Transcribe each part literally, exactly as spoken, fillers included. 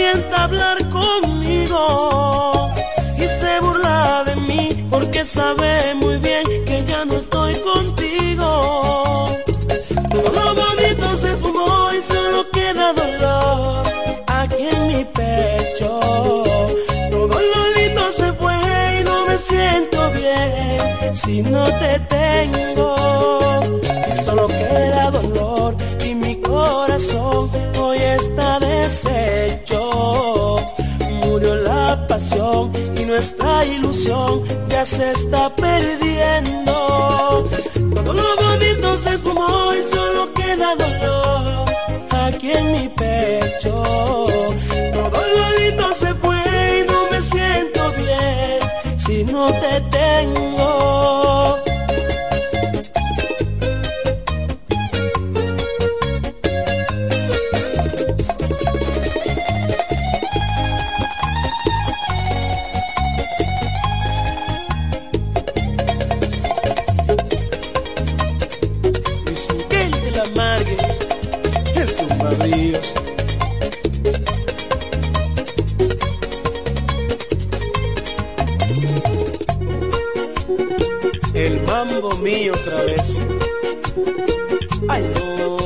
sienta a hablar conmigo y se burla de mí porque sabe muy bien que ya no estoy contigo. Todo lo bonito se esfumó y solo queda dolor aquí en mi pecho. Todo lo lindo se fue y no me siento bien si no te tengo. Y solo queda dolor y mi corazón hoy está deshecho. Murió la pasión y nuestra ilusión ya se está perdiendo. Todo lo bonito se esfumó y solo queda dolor aquí en mi pecho. Todo lo lindo se fue y no me siento bien si no te tengo. El mambo mío otra vez. Ay, no.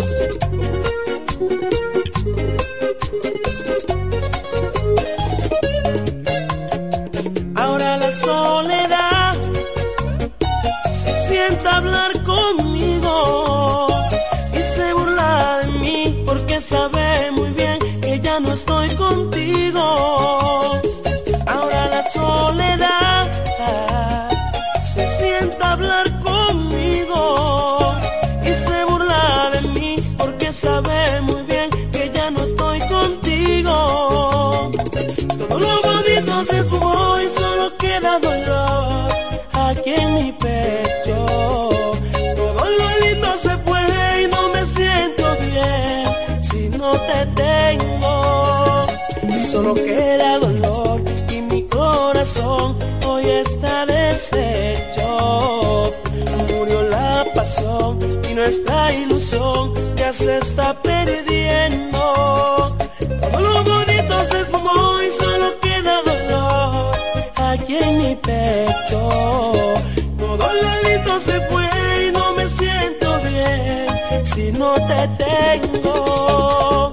Ahora la soledad se sienta a hablar conmigo y se burla de mí porque sabe muy bien que ya no estoy contigo. Ahora la soledad se sienta a hablar conmigo y se burla de mí porque sabe muy bien que ya no estoy contigo. Todo lo bonito se esfumó y solo queda dolor aquí en mi pecho. Todo lo lindo se fue y no me siento bien si no te tengo. Solo queda dolor y mi corazón hoy está deshecho. Murió la pasión y nuestra ilusión ya se está perdiendo. Todo lo bonito se esfumó y solo queda dolor aquí en mi pecho. Todo lo lindo se fue y no me siento bien si no te tengo.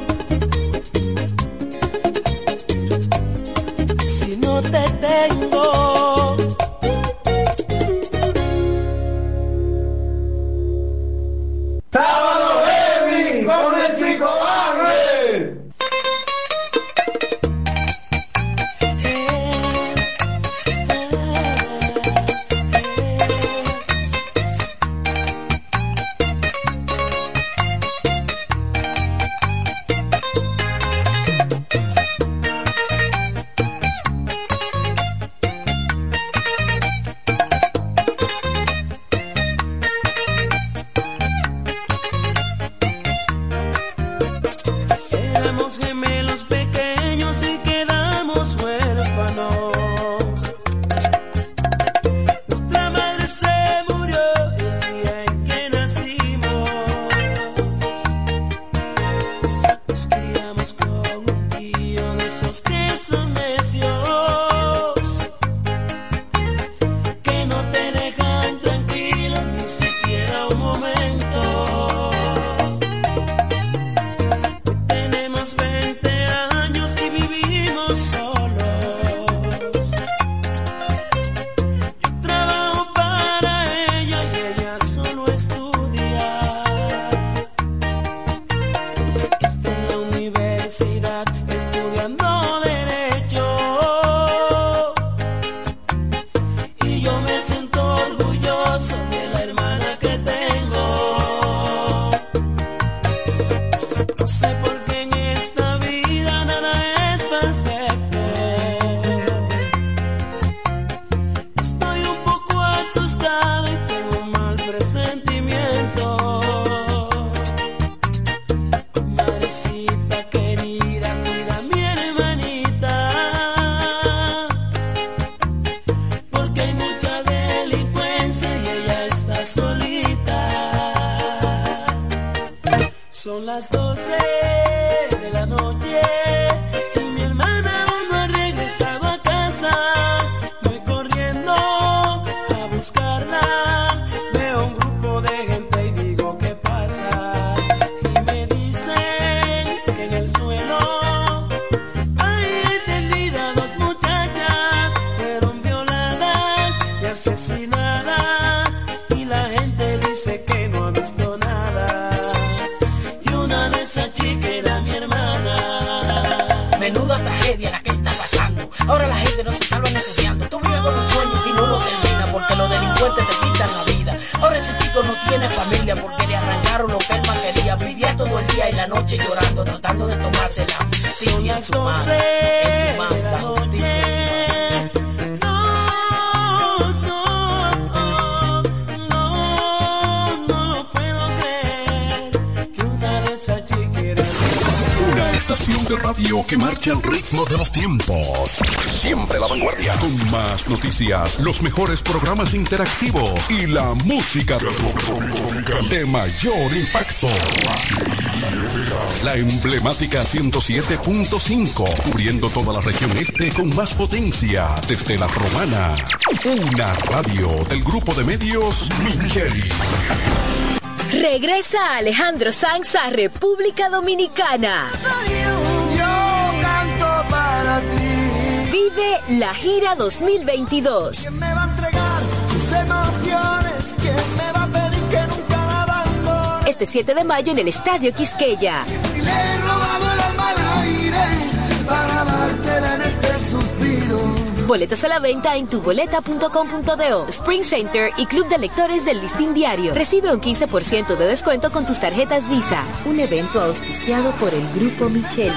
Si no te tengo. Sábado Heavy con el Chico Barre. Éramos gemelos pequeños y quedamos huérfanos. Nuestra madre se murió el día en que nacimos. Nos criamos con un tío de esos que son necios, que no te dejan tranquilo ni siquiera un momento. veinte años y vivimos solos. Yo trabajo para ella y ella solo estudia. Está en la universidad estudiando derecho. Y yo me siento orgulloso de la hermana que tengo. No sé por qué en esta vida nada es perfecto. Estoy un poco asustado y tengo un mal presentimiento. Madrecita querida, cuida a mi hermanita, porque hay mucha delincuencia y ella está solita. Son las doce. de la noche y mi hermana aún no ha regresado a casa. Voy corriendo a buscarla, veo un grupo de gente y digo ¿qué pasa? Y me dicen que en el suelo hay entendidas dos muchachas, fueron violadas y asesinadas y la gente dice que no ha visto nada. Y una de esas chicas era mi hermana. Menuda tragedia la que está pasando. Ahora la gente no se salva ni estudiando. Tú vives con un sueño y no lo terminas porque los delincuentes te quitan la vida. Ahora ese chico no tiene familia porque le arrancaron lo que él más quería. Vivía todo el día y la noche llorando, tratando de tomarse la justicia en su mano. En su mano, la justicia en su mano. Estación de radio que marcha al ritmo de los tiempos. Siempre a la vanguardia. Con más noticias, los mejores programas interactivos y la música de mayor impacto. La emblemática ciento siete punto cinco, cubriendo toda la región este con más potencia desde La Romana. Una radio del grupo de medios Micheli. Regresa Alejandro Sanz a República Dominicana. Yo canto para ti. Vive la gira dos mil veintidós. ¿Quién me va a entregar sus emociones? ¿Quién me va a pedir que nunca la abandone? Este siete de mayo en el Estadio Quisqueya. Y le he robado el alma al aire para dártela en este suspiro. Boletos a la venta en tuboleta punto com punto do, Spring Center y Club de Lectores del Listín Diario. Recibe un quince por ciento de descuento con tus tarjetas Visa. Un evento auspiciado por el Grupo Micheli.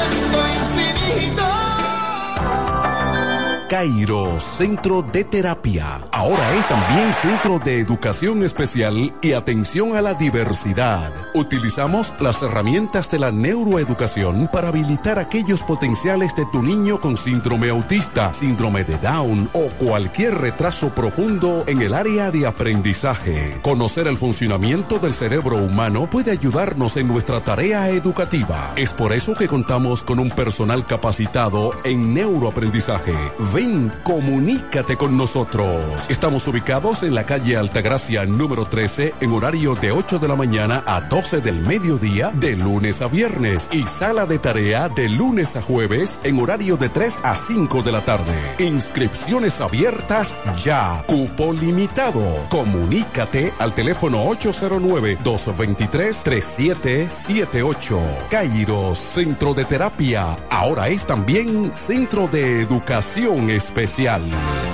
Cairo, Centro de Terapia. Ahora es también Centro de Educación Especial y Atención a la Diversidad. Utilizamos las herramientas de la neuroeducación para habilitar aquellos potenciales de tu niño con síndrome autista, síndrome de Down o cualquier retraso profundo en el área de aprendizaje. Conocer el funcionamiento del cerebro humano puede ayudarnos en nuestra tarea educativa. Es por eso que contamos con un personal capacitado en neuroaprendizaje. Ven, comunícate con nosotros. Estamos ubicados en la calle Altagracia número trece en horario de ocho de la mañana a doce del mediodía de lunes a viernes y sala de tarea de lunes a jueves en horario de tres a cinco de la tarde. Inscripciones abiertas ya. Cupo limitado. Comunícate al teléfono ocho cero nueve, dos dos tres, tres siete siete ocho. Cairo, Centro de Terapia. Ahora es también Centro de Educación Especial.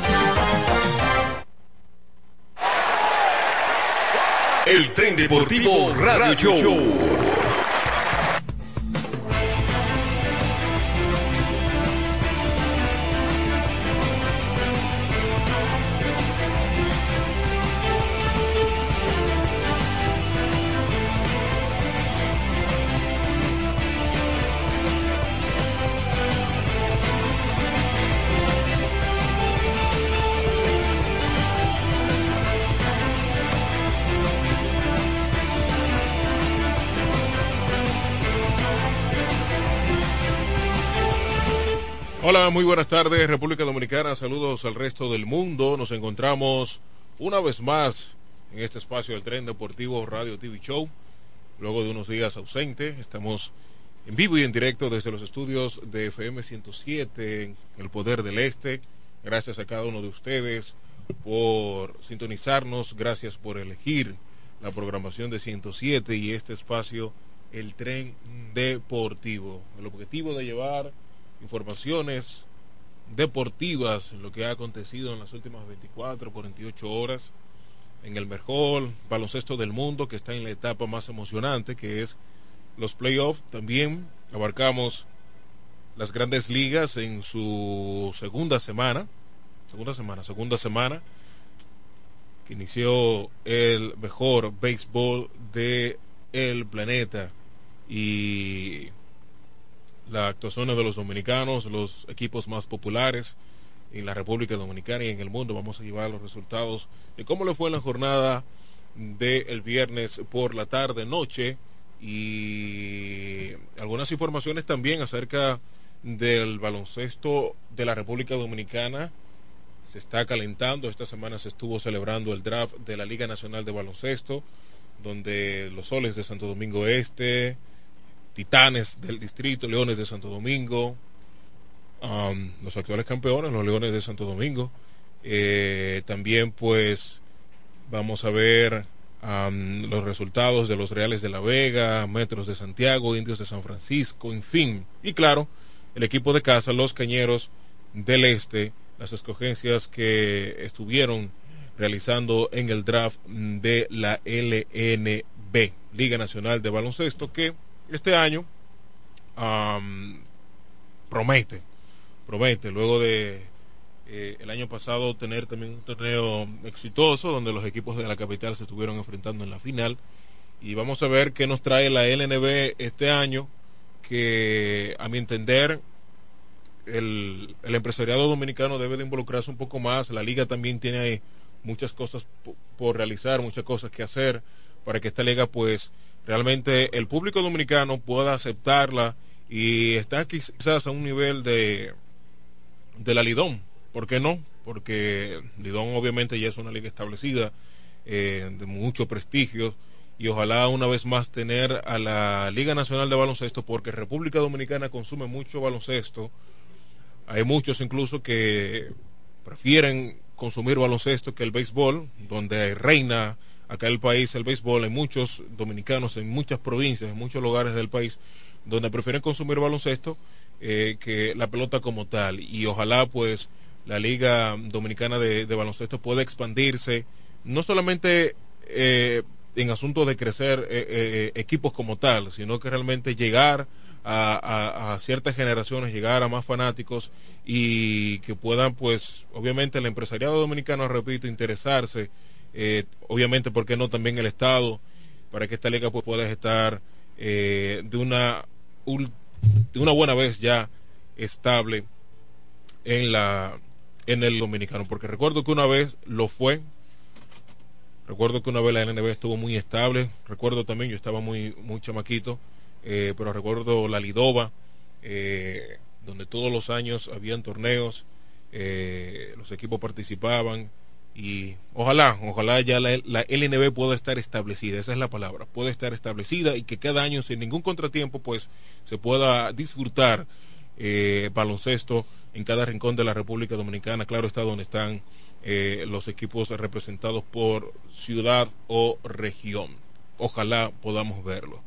El Tren Deportivo Radio Show. Hola, muy buenas tardes, República Dominicana, saludos al resto del mundo. Nos encontramos una vez más en este espacio del Tren Deportivo Radio T V Show. Luego de unos días ausentes, estamos en vivo y en directo desde los estudios de F M ciento siete, El Poder del Este. Gracias a cada uno de ustedes por sintonizarnos, gracias por elegir la programación de ciento siete y este espacio, el Tren Deportivo. El objetivo de llevar informaciones deportivas en lo que ha acontecido en las últimas veinticuatro, cuarenta y ocho horas en el mejor baloncesto del mundo, que está en la etapa más emocionante, que es los playoffs. También abarcamos las grandes ligas en su segunda semana segunda semana, segunda semana que inició el mejor béisbol de el planeta, y la actuación de los dominicanos, los equipos más populares en la República Dominicana y en el mundo. Vamos a llevar los resultados de cómo le fue en la jornada del viernes por la tarde noche, y algunas informaciones también acerca del baloncesto de la República Dominicana. Se está calentando. Esta semana se estuvo celebrando el draft de la Liga Nacional de Baloncesto, donde los Soles de Santo Domingo Este, Titanes del Distrito, Leones de Santo Domingo, um, los actuales campeones, los Leones de Santo Domingo, eh, también pues vamos a ver um, los resultados de los Reales de la Vega, Metros de Santiago, Indios de San Francisco, en fin, y claro, el equipo de casa, los Cañeros del Este, las escogencias que estuvieron realizando en el draft de la L N B, Liga Nacional de Baloncesto, que este año um, promete, promete, luego de eh, el año pasado tener también un torneo exitoso, donde los equipos de la capital se estuvieron enfrentando en la final, y vamos a ver qué nos trae la L N B este año, que a mi entender el, el empresariado dominicano debe de involucrarse un poco más. La liga también tiene muchas cosas por, por realizar, muchas cosas que hacer para que esta liga pues realmente el público dominicano pueda aceptarla y está quizás a un nivel de de la Lidón. ¿Por qué no? Porque Lidón obviamente ya es una liga establecida, eh, de mucho prestigio, y ojalá una vez más tener a la Liga Nacional de Baloncesto, porque República Dominicana consume mucho baloncesto. Hay muchos incluso que prefieren consumir baloncesto que el béisbol, donde reina acá en el país el béisbol. Hay muchos dominicanos en muchas provincias, en muchos lugares del país, donde prefieren consumir baloncesto eh, que la pelota como tal, y ojalá pues la Liga Dominicana de, de Baloncesto pueda expandirse, no solamente eh, en asuntos de crecer eh, eh, equipos como tal, sino que realmente llegar A, a, a ciertas generaciones, llegar a más fanáticos, y que puedan pues obviamente el empresariado dominicano, repito, interesarse, eh, obviamente por qué no también el Estado, para que esta liga pues pueda estar eh, de una de una buena vez ya estable en la en el dominicano, porque recuerdo que una vez lo fue, recuerdo que una vez la L N B estuvo muy estable, recuerdo también, yo estaba muy muy chamaquito, Eh, pero recuerdo la Lidova, eh, donde todos los años habían torneos, eh, los equipos participaban, y ojalá, ojalá ya la, la L N B pueda estar establecida, esa es la palabra, pueda estar establecida, y que cada año sin ningún contratiempo pues se pueda disfrutar eh, baloncesto en cada rincón de la República Dominicana, claro está, donde están eh, los equipos representados por ciudad o región. Ojalá podamos verlo.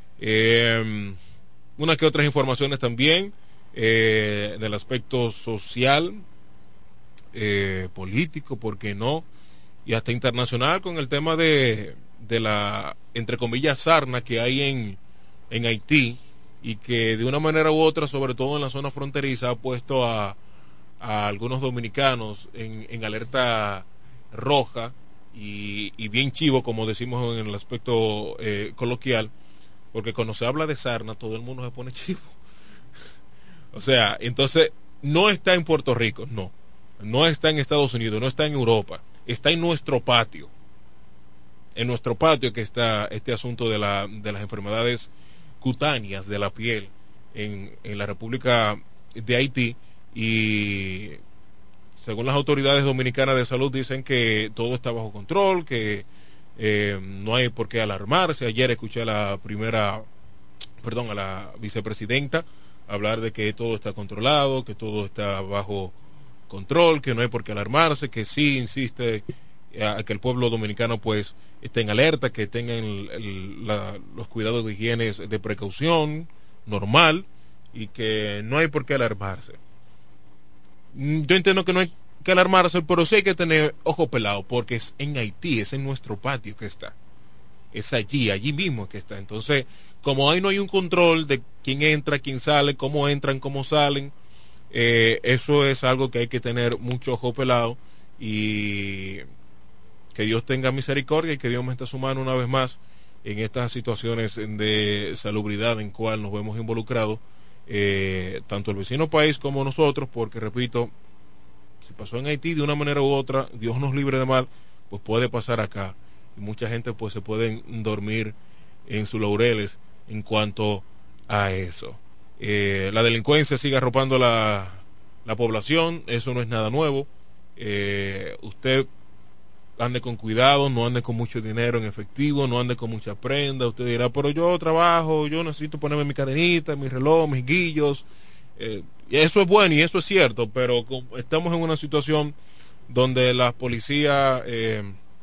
Eh, una que otras informaciones también eh, del aspecto social, eh, político, ¿por qué no? Y hasta internacional, con el tema de, de la, entre comillas, sarna que hay en, en Haití, y que de una manera u otra, sobre todo en la zona fronteriza, ha puesto a, a algunos dominicanos en, en alerta roja y, y bien chivo, como decimos en el aspecto eh, coloquial, porque cuando se habla de sarna todo el mundo se pone chivo. O sea, entonces no está en Puerto Rico, no, no está en Estados Unidos, no está en Europa, está en nuestro patio, en nuestro patio que está este asunto de, la, de las enfermedades cutáneas de la piel en, en la República de Haití, y según las autoridades dominicanas de salud dicen que todo está bajo control, que Eh, no hay por qué alarmarse. Ayer escuché a la primera, perdón, a la vicepresidenta hablar de que todo está controlado, que todo está bajo control, que no hay por qué alarmarse, que sí insiste a, a que el pueblo dominicano pues esté en alerta, que tengan el, el, la, los cuidados de higiene de precaución normal, y que no hay por qué alarmarse. Yo entiendo que no hay que alarmarse, pero sí hay que tener ojo pelado, porque es en Haití, es en nuestro patio que está, es allí, allí mismo que está. Entonces, como ahí no hay un control de quién entra, quién sale, cómo entran, cómo salen, eh, eso es algo que hay que tener mucho ojo pelado, y que Dios tenga misericordia y que Dios meta su mano una vez más en estas situaciones de salubridad en cual nos vemos involucrados, eh, tanto el vecino país como nosotros, porque repito, si pasó en Haití de una manera u otra, Dios nos libre de mal, pues puede pasar acá, y mucha gente pues se pueden dormir en sus laureles en cuanto a eso. Eh, la delincuencia sigue arropando la, la población, eso no es nada nuevo. Eh, usted ande con cuidado, no ande con mucho dinero en efectivo, no ande con mucha prenda. Usted dirá, pero yo trabajo, yo necesito ponerme mi cadenita, mi reloj, mis guillos. Eh, y eso es bueno y eso es cierto, pero estamos en una situación donde la policía eh,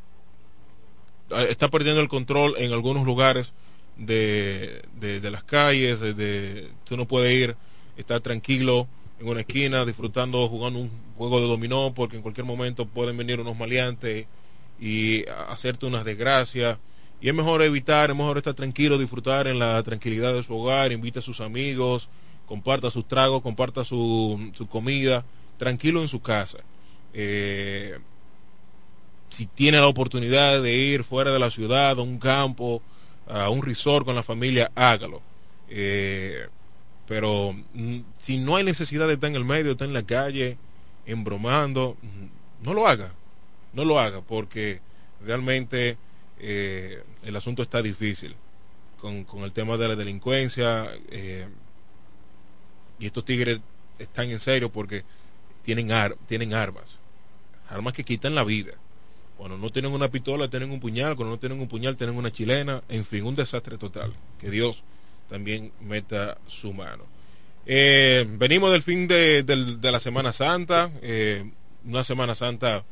está perdiendo el control en algunos lugares de, de, de las calles. De, de, tú no puedes ir, estar tranquilo en una esquina disfrutando, jugando un juego de dominó, porque en cualquier momento pueden venir unos maleantes y hacerte unas desgracias. Y es mejor evitar, es mejor estar tranquilo, disfrutar en la tranquilidad de su hogar, invite a sus amigos, comparta sus tragos, comparta su, su comida, tranquilo en su casa. Eh, si tiene la oportunidad de ir fuera de la ciudad, a un campo, a un resort con la familia, hágalo. Eh, pero mm, si no hay necesidad de estar en el medio, estar en la calle, embromando, no lo haga, no lo haga, porque realmente eh, el asunto está difícil con, con el tema de la delincuencia, eh, y estos tigres están en serio porque tienen, ar tienen armas, armas que quitan la vida. Cuando no tienen una pistola, tienen un puñal. Cuando no tienen un puñal, tienen una chilena. En fin, un desastre total. Que Dios también meta su mano. Eh, venimos del fin de, de, de la Semana Santa. Eh, una Semana Santa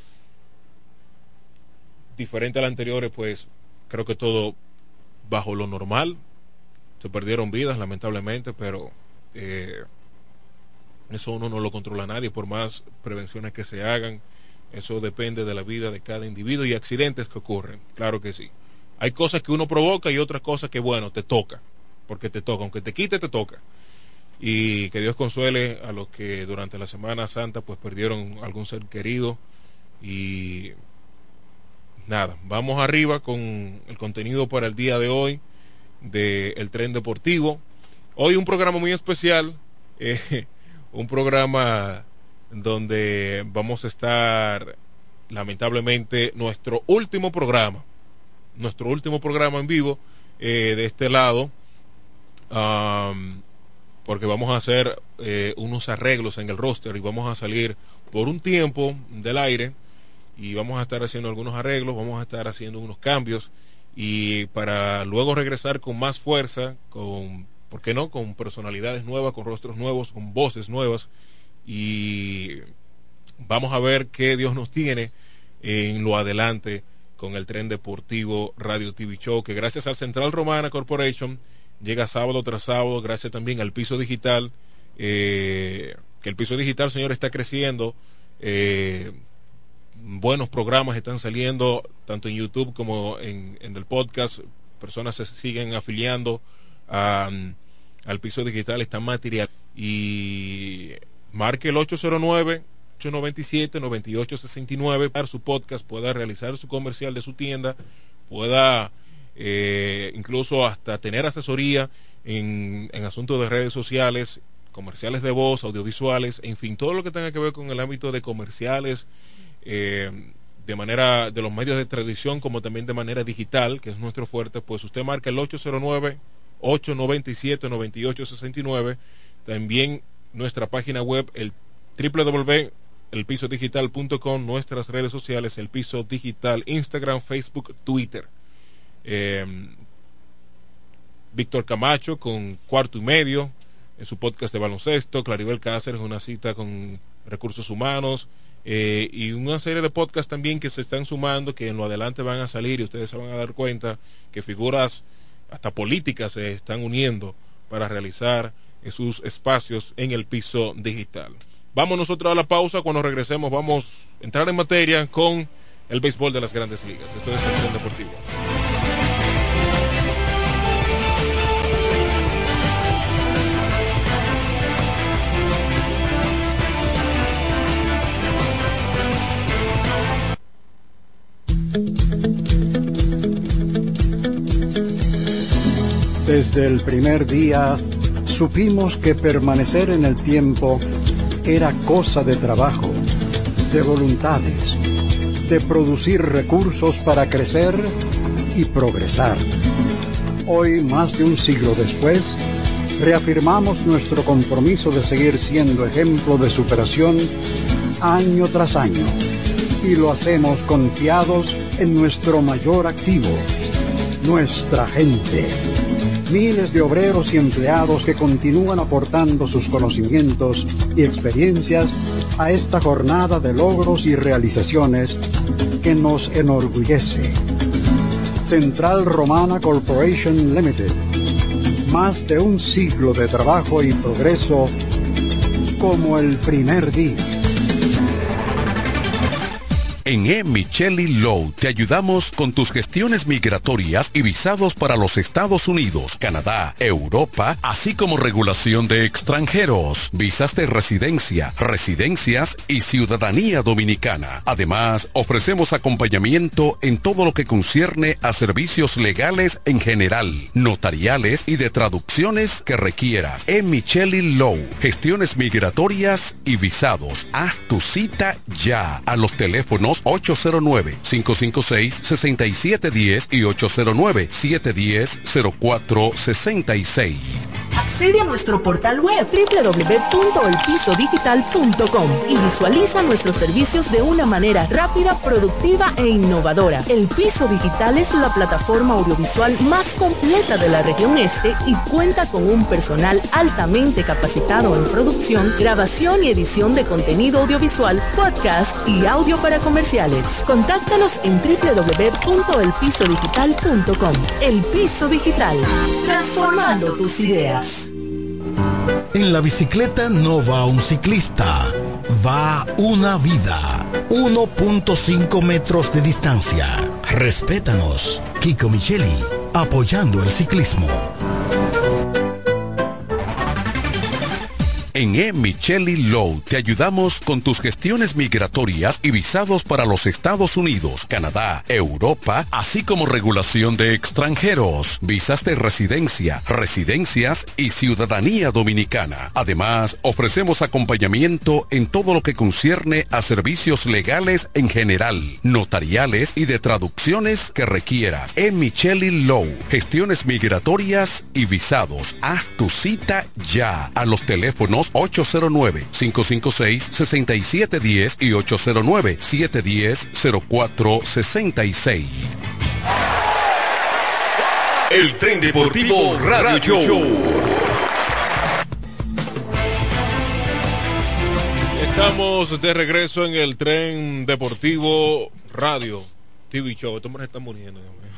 diferente a la anterior, pues creo que todo bajo lo normal. Se perdieron vidas, lamentablemente, pero eh, eso uno no lo controla nadie, por más prevenciones que se hagan. Eso depende de la vida de cada individuo y accidentes que ocurren, claro que sí. Hay cosas que uno provoca y otras cosas que, bueno, te toca, porque te toca, aunque te quite, te toca. Y que Dios consuele a los que durante la Semana Santa pues perdieron algún ser querido. Y nada, vamos arriba con el contenido para el día de hoy de El Tren Deportivo. Hoy un programa muy especial, eh, un programa donde vamos a estar, lamentablemente, nuestro último programa, nuestro último programa en vivo eh, de este lado, um, porque vamos a hacer eh, unos arreglos en el roster y vamos a salir por un tiempo del aire y vamos a estar haciendo algunos arreglos, vamos a estar haciendo unos cambios y para luego regresar con más fuerza, con, ¿por qué no?, con personalidades nuevas, con rostros nuevos, con voces nuevas. Y vamos a ver qué Dios nos tiene en lo adelante con el Tren Deportivo Radio T V Show, que gracias al Central Romana Corporation llega sábado tras sábado, gracias también al Piso Digital, eh, que el Piso Digital, señor, está creciendo, eh, buenos programas están saliendo tanto en YouTube como en, en el podcast, personas se siguen afiliando a, al Piso Digital, están material y marque el ocho cero nueve, ocho nueve siete, nueve ocho seis nueve para su podcast, pueda realizar su comercial de su tienda, pueda eh, incluso hasta tener asesoría en, en asuntos de redes sociales, comerciales de voz, audiovisuales, en fin, todo lo que tenga que ver con el ámbito de comerciales, eh, de manera de los medios de tradición como también de manera digital, que es nuestro fuerte. Pues usted marca el ocho cero nueve, ocho nueve siete, nueve ocho seis nueve, también nuestra página web, el doble u doble u doble u punto el piso digital punto com, nuestras redes sociales, El Piso Digital, Instagram, Facebook, Twitter. Eh, Víctor Camacho con Cuarto y Medio, en su podcast de baloncesto, Claribel Cáceres, una cita con recursos humanos, eh, y una serie de podcasts también que se están sumando, que en lo adelante van a salir y ustedes se van a dar cuenta que figuras hasta políticas se están uniendo para realizar en sus espacios en el Piso Digital. Vamos nosotros a la pausa. Cuando regresemos vamos a entrar en materia con el béisbol de las Grandes Ligas. Esto es El Tren Deportivo. Desde el primer día supimos que permanecer en el tiempo era cosa de trabajo, de voluntades, de producir recursos para crecer y progresar. Hoy, más de un siglo después, reafirmamos nuestro compromiso de seguir siendo ejemplo de superación año tras año. Y lo hacemos confiados en nuestro mayor activo, nuestra gente. Miles de obreros y empleados que continúan aportando sus conocimientos y experiencias a esta jornada de logros y realizaciones que nos enorgullece. Central Romana Corporation Limited. Más de un siglo de trabajo y progreso como el primer día. En E. Micheli Law te ayudamos con tus gestiones migratorias y visados para los Estados Unidos, Canadá, Europa, así como regulación de extranjeros, visas de residencia, residencias y ciudadanía dominicana. Además, ofrecemos acompañamiento en todo lo que concierne a servicios legales en general, notariales y de traducciones que requieras. E. Micheli Law, gestiones migratorias y visados. Haz tu cita ya a los teléfonos ocho cero nueve, cinco cinco seis, seis siete uno cero y ocho cero nueve, siete uno cero, cero cuatro seis seis. Accede a nuestro portal web doble u doble u doble u punto el piso digital punto com y visualiza nuestros servicios de una manera rápida, productiva e innovadora. El Piso Digital es la plataforma audiovisual más completa de la región este y cuenta con un personal altamente capacitado en producción, grabación y edición de contenido audiovisual, podcast y audio para comerciales. Contáctanos en doble u doble u doble u punto el piso digital punto com. El Piso Digital, transformando tus ideas. En la bicicleta no va un ciclista, va una vida. uno punto cinco metros de distancia. Respétanos. Kiko Micheli, apoyando el ciclismo. En E. Micheli Law te ayudamos con tus gestiones migratorias y visados para los Estados Unidos, Canadá, Europa, así como regulación de extranjeros, visas de residencia, residencias y ciudadanía dominicana. Además, ofrecemos acompañamiento en todo lo que concierne a servicios legales en general, notariales y de traducciones que requieras. E. Micheli Law, gestiones migratorias y visados. Haz tu cita ya a los teléfonos ocho cero nueve, cinco cinco seis, seis siete uno cero y ocho cero nueve, siete uno cero, cero cuatro seis seis. El Tren Deportivo Radio Show. Estamos de regreso en el Tren Deportivo Radio T V Show. Estos hombres están muriendo.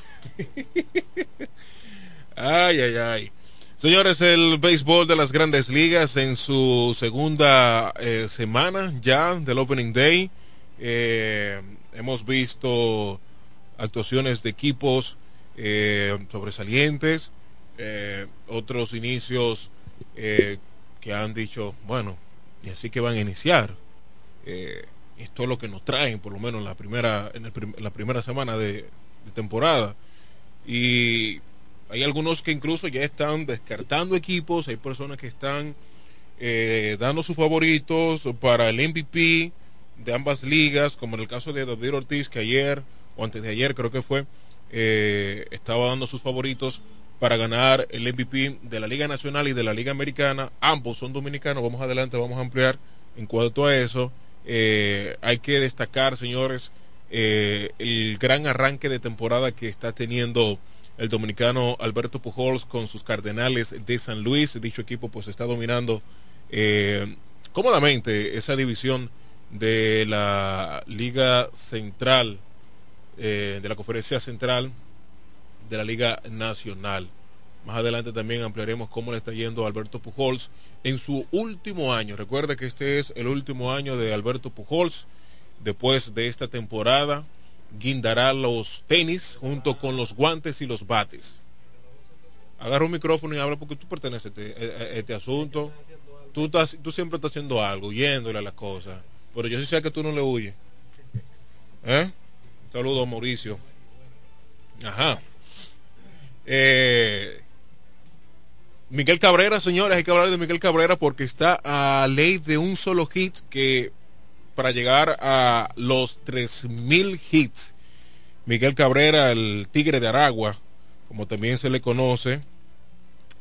Ay, ay, ay. Señores, el béisbol de las Grandes Ligas en su segunda eh, semana ya del Opening Day. Eh, hemos visto actuaciones de equipos eh, sobresalientes, eh, otros inicios eh, que han dicho, bueno, y así que van a iniciar. Eh, esto es lo que nos traen, por lo menos en la primera, en el prim- la primera semana de, de temporada. Y hay algunos que incluso ya están descartando equipos, hay personas que están eh, dando sus favoritos para el M V P de ambas ligas, como en el caso de David Ortiz, que ayer, o antes de ayer creo que fue, eh, estaba dando sus favoritos para ganar el M V P de la Liga Nacional y de la Liga Americana. Ambos son dominicanos, vamos adelante, vamos a ampliar en cuanto a eso. Eh, hay que destacar, señores, eh, el gran arranque de temporada que está teniendo el dominicano Alberto Pujols con sus Cardenales de San Luis. Dicho equipo pues está dominando eh, cómodamente esa división de la Liga Central, eh, de la Conferencia Central de la Liga Nacional. Más adelante también ampliaremos cómo le está yendo a Alberto Pujols en su último año. Recuerda que este es el último año de Alberto Pujols. Después de esta temporada guindará los tenis junto con los guantes y los bates. Agarra un micrófono y habla porque tú perteneces a este, a este asunto. Tú, estás, tú siempre estás haciendo algo, huyéndole a las cosas. Pero yo sí sé que tú no le huyes. ¿Eh? Saludos a Mauricio. Ajá. Eh, Miguel Cabrera, señores, hay que hablar de Miguel Cabrera porque está a ley de un solo hit que para llegar a los tres mil hits. Miguel Cabrera, el Tigre de Aragua, como también se le conoce,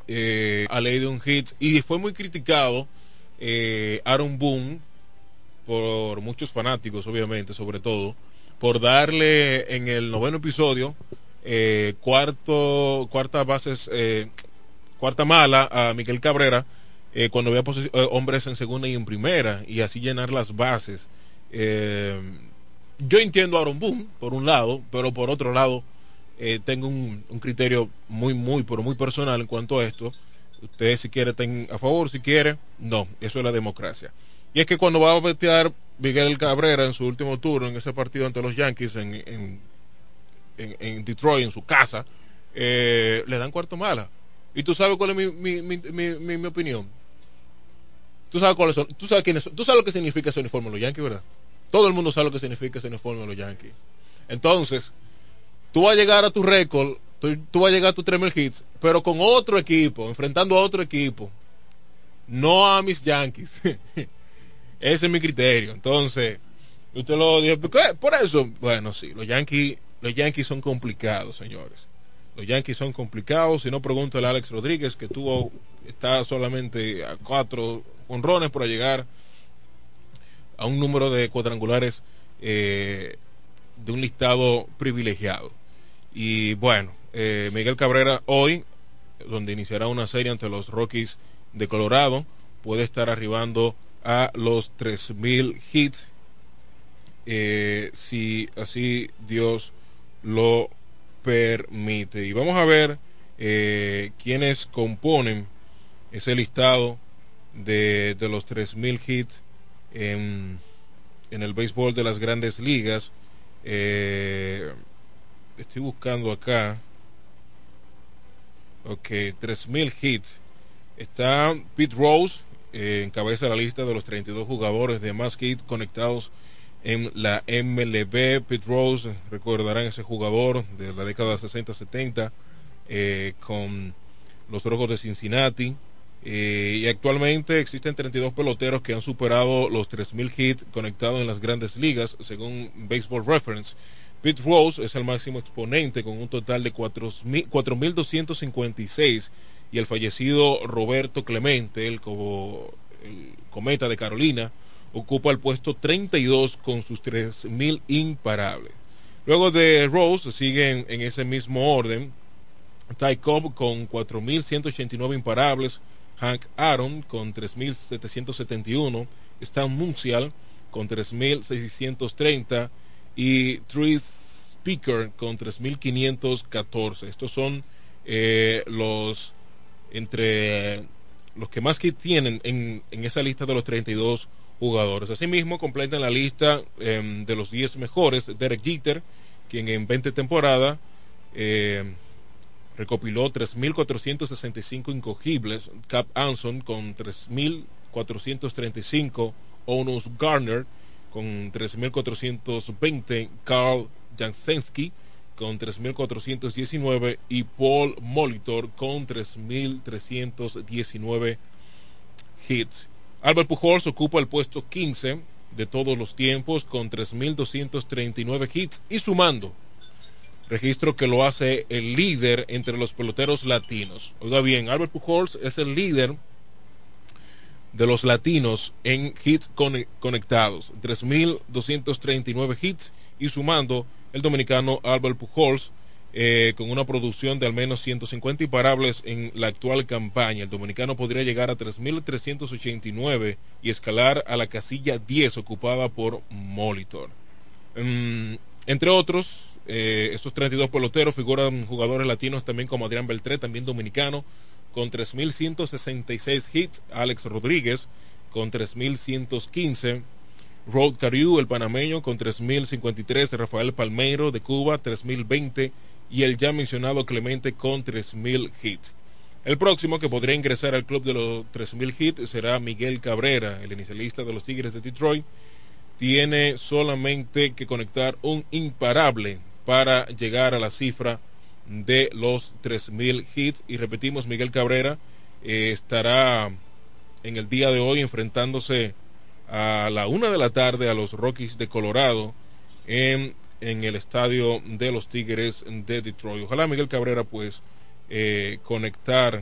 eh, a ley de un hit, y fue muy criticado eh, Aaron Boone por muchos fanáticos, obviamente, sobre todo por darle en el noveno episodio eh, cuarto cuarta bases eh, cuarta mala a Miguel Cabrera eh, cuando había posi- eh, hombres en segunda y en primera, y así llenar las bases. eh, yo entiendo a Aaron Boone por un lado, pero por otro lado eh, tengo un, un criterio muy muy pero muy personal en cuanto a esto. Usted si quiere estén a favor, si quiere no, eso es la democracia. Y es que cuando va a batear Miguel Cabrera en su último turno en ese partido ante los Yankees en, en, en, en Detroit, en su casa, eh, le dan cuarto mala. Y tú sabes cuál es mi, mi, mi, mi, mi, mi opinión. Tú sabes cuáles son, tú sabes quiénes son, tú sabes lo que significa ese uniforme de los Yankees, ¿verdad? Todo el mundo sabe lo que significa ese uniforme de los Yankees. Entonces, tú vas a llegar a tu récord, tú, tú vas a llegar a tus tres mil hits, pero con otro equipo, enfrentando a otro equipo, no a mis Yankees. Ese es mi criterio. Entonces, usted lo dijo, ¿qué? Por eso, bueno, sí, los Yankees, los Yankees son complicados, señores. Los Yankees son complicados. Si no, pregúntale a Alex Rodríguez, que tuvo, está solamente a cuatro honrones para llegar a un número de cuadrangulares eh, de un listado privilegiado. Y bueno, eh, Miguel Cabrera hoy, donde iniciará una serie ante los Rockies de Colorado, puede estar arribando a los tres mil hits, eh, si así Dios lo permite. Y vamos a ver eh, quiénes componen ese listado de, de los tres mil hits en, en el béisbol de las Grandes Ligas. Eh, estoy buscando acá. Ok, tres mil hits. Está Pete Rose, eh, encabeza la lista de los treinta y dos jugadores de más hits conectados en la M L B. Pete Rose, recordarán ese jugador de la década sesenta setenta eh, con los Rojos de Cincinnati. Eh, y actualmente existen treinta y dos peloteros que han superado los tres mil hits conectados en las Grandes Ligas, según Baseball Reference. Pete Rose es el máximo exponente con un total de cuatro mil doscientos cincuenta y seis, y el fallecido Roberto Clemente, el, como, el cometa de Carolina, ocupa el puesto treinta y dos con sus tres mil imparables. Luego de Rose siguen en ese mismo orden Ty Cobb con cuatro mil ciento ochenta y nueve imparables, Hank Aaron con tres mil setecientos setenta y uno, Stan Musial con tres mil seiscientos treinta y Tris Speaker con tres mil quinientos catorce. Estos son eh, los entre los que más hits tienen en, en esa lista de los treinta y dos jugadores. Asimismo, completan la lista eh, de los diez mejores Derek Jeter, quien en veinte temporadas eh, recopiló tres mil cuatrocientos sesenta y cinco incogibles, Cap Anson con tres mil cuatrocientos treinta y cinco, Onus Garner con tres mil cuatrocientos veinte, Carl Jansensky con tres mil cuatrocientos diecinueve y Paul Molitor con tres mil trescientos diecinueve hits. Albert Pujols ocupa el puesto quince de todos los tiempos con tres mil doscientos treinta y nueve hits y sumando, registro que lo hace el líder entre los peloteros latinos. Oiga bien, Albert Pujols es el líder de los latinos en hits conectados, tres mil doscientos treinta y nueve hits, y sumando el dominicano Albert Pujols eh, con una producción de al menos ciento cincuenta imparables en la actual campaña. El dominicano podría llegar a tres mil trescientos ochenta y nueve y escalar a la casilla diez ocupada por Molitor. Um, entre otros, eh, estos treinta y dos peloteros figuran jugadores latinos también como Adrián Beltré, también dominicano, con tres mil ciento sesenta y seis hits, Alex Rodríguez con tres mil ciento quince, Rod Carew, el panameño, con tres mil cincuenta y tres, Rafael Palmeiro de Cuba, tres mil veinte, y el ya mencionado Clemente con tres mil hits. El próximo que podría ingresar al club de los tres mil hits será Miguel Cabrera, el inicialista de los Tigres de Detroit. Tiene solamente que conectar un imparable para llegar a la cifra de los tres mil hits. Y repetimos, Miguel Cabrera eh, estará en el día de hoy enfrentándose a la una de la tarde a los Rockies de Colorado en, en el estadio de los Tigres de Detroit. Ojalá Miguel Cabrera pues eh, conectar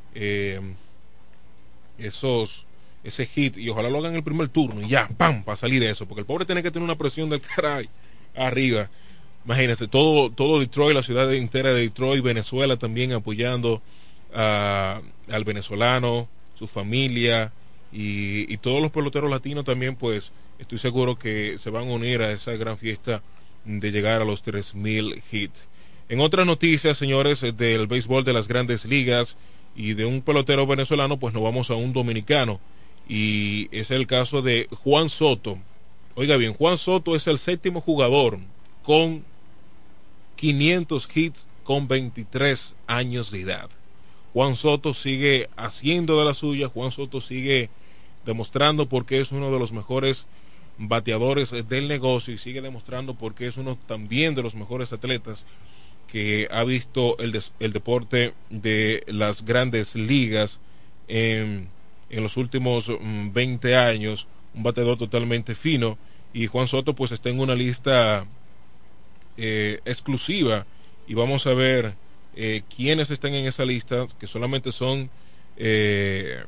eh, esos ese hit, y ojalá lo hagan en el primer turno y ya, pam, para salir de eso, porque el pobre tiene que tener una presión del caray arriba. Imagínense, todo, todo Detroit, la ciudad entera de Detroit, Venezuela también apoyando a, al venezolano, su familia y, y todos los peloteros latinos también, pues estoy seguro que se van a unir a esa gran fiesta de llegar a los tres mil hits. En otras noticias, señores, del béisbol de las grandes ligas y de un pelotero venezolano, pues nos vamos a un dominicano, y es el caso de Juan Soto. Oiga bien, Juan Soto es el séptimo jugador con quinientos hits con veintitrés años de edad. Juan Soto sigue haciendo de la suya. Juan Soto sigue demostrando por qué es uno de los mejores bateadores del negocio, y sigue demostrando por qué es uno también de los mejores atletas que ha visto el, des, el deporte de las grandes ligas en, en los últimos um, veinte años. Un bateador totalmente fino, y Juan Soto pues está en una lista eh, exclusiva, y vamos a ver eh, quiénes están en esa lista, que solamente son eh,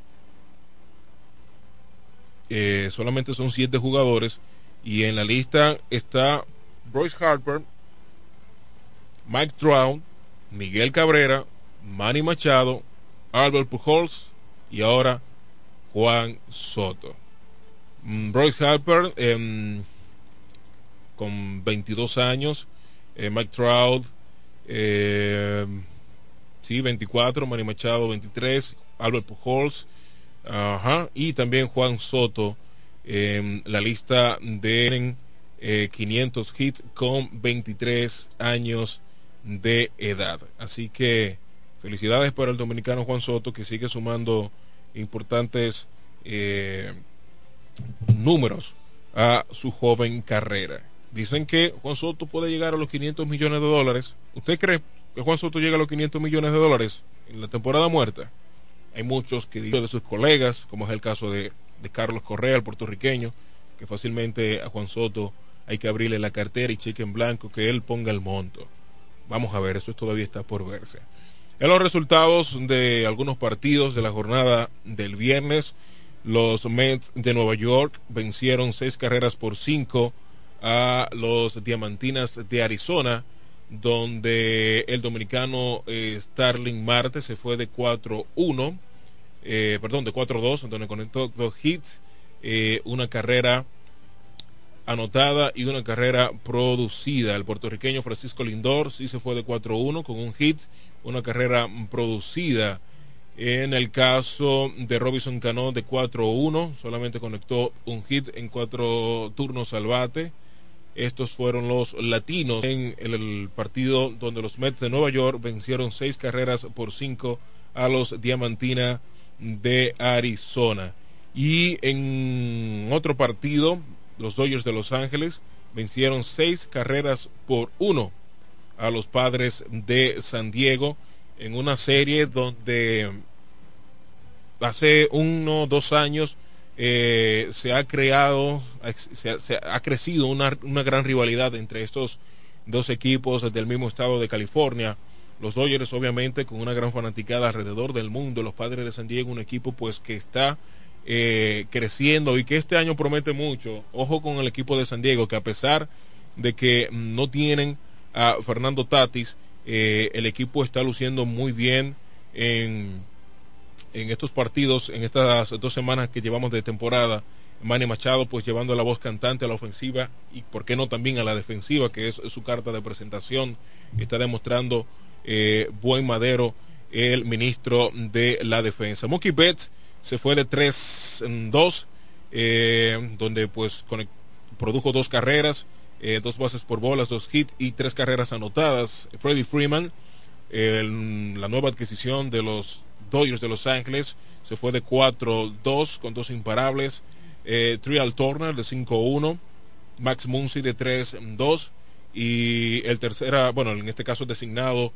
eh, solamente son siete jugadores, y en la lista está Bryce Harper, Mike Trout, Miguel Cabrera, Manny Machado, Albert Pujols y ahora Juan Soto. Bryce Harper eh, con veintidós años, eh, Mike Trout eh, sí, veinticuatro, Manny Machado veintitrés, Albert Pujols, ajá, y también Juan Soto en eh, la lista de eh, quinientos hits con veintitrés años de edad. Así que felicidades para el dominicano Juan Soto, que sigue sumando importantes eh, números a su joven carrera. Dicen que Juan Soto puede llegar a los quinientos millones de dólares. ¿Usted cree que Juan Soto llega a los quinientos millones de dólares en la temporada muerta? Hay muchos que dicen de sus colegas, como es el caso de, de Carlos Correa, el puertorriqueño, que fácilmente a Juan Soto hay que abrirle la cartera y cheque en blanco, que él ponga el monto. Vamos a ver, eso todavía está por verse. En los resultados de algunos partidos de la jornada del viernes, los Mets de Nueva York vencieron seis carreras por cinco a los Diamantinas de Arizona, donde el dominicano eh, Starling Marte se fue de cuatro uno, eh, perdón, de cuatro dos, donde conectó dos hits, eh, una carrera anotada y una carrera producida. El puertorriqueño Francisco Lindor sí se fue de cuatro uno con un hit, una carrera producida. En el caso de Robinson Cano, de cuatro uno, solamente conectó un hit en cuatro turnos al bate. Estos fueron los latinos en el partido donde los Mets de Nueva York vencieron seis carreras por cinco a los Diamantina de Arizona. Y en otro partido, los Dodgers de Los Ángeles vencieron seis carreras por uno a los Padres de San Diego, en una serie donde hace uno o dos años eh, se ha creado, se ha, se ha crecido una, una gran rivalidad entre estos dos equipos del mismo estado de California. Los Dodgers, obviamente, con una gran fanaticada alrededor del mundo. Los Padres de San Diego, un equipo pues que está eh, creciendo y que este año promete mucho. Ojo con el equipo de San Diego, que a pesar de que no tienen a Fernando Tatis, eh, el equipo está luciendo muy bien en, en estos partidos, en estas dos semanas que llevamos de temporada. Manny Machado pues llevando la voz cantante a la ofensiva y por qué no también a la defensiva, que es su carta de presentación. Está demostrando eh, buen madero el ministro de la defensa. Mookie Betts se fue de tres dos, eh, donde pues conect, produjo dos carreras, eh, dos bases por bolas, dos hits y tres carreras anotadas. Freddie Freeman, el, la nueva adquisición de los Dodgers de Los Ángeles, se fue de cuatro dos con dos imparables. eh, Trial Turner de cinco uno, Max Muncy de tres dos y el tercera, bueno, en este caso designado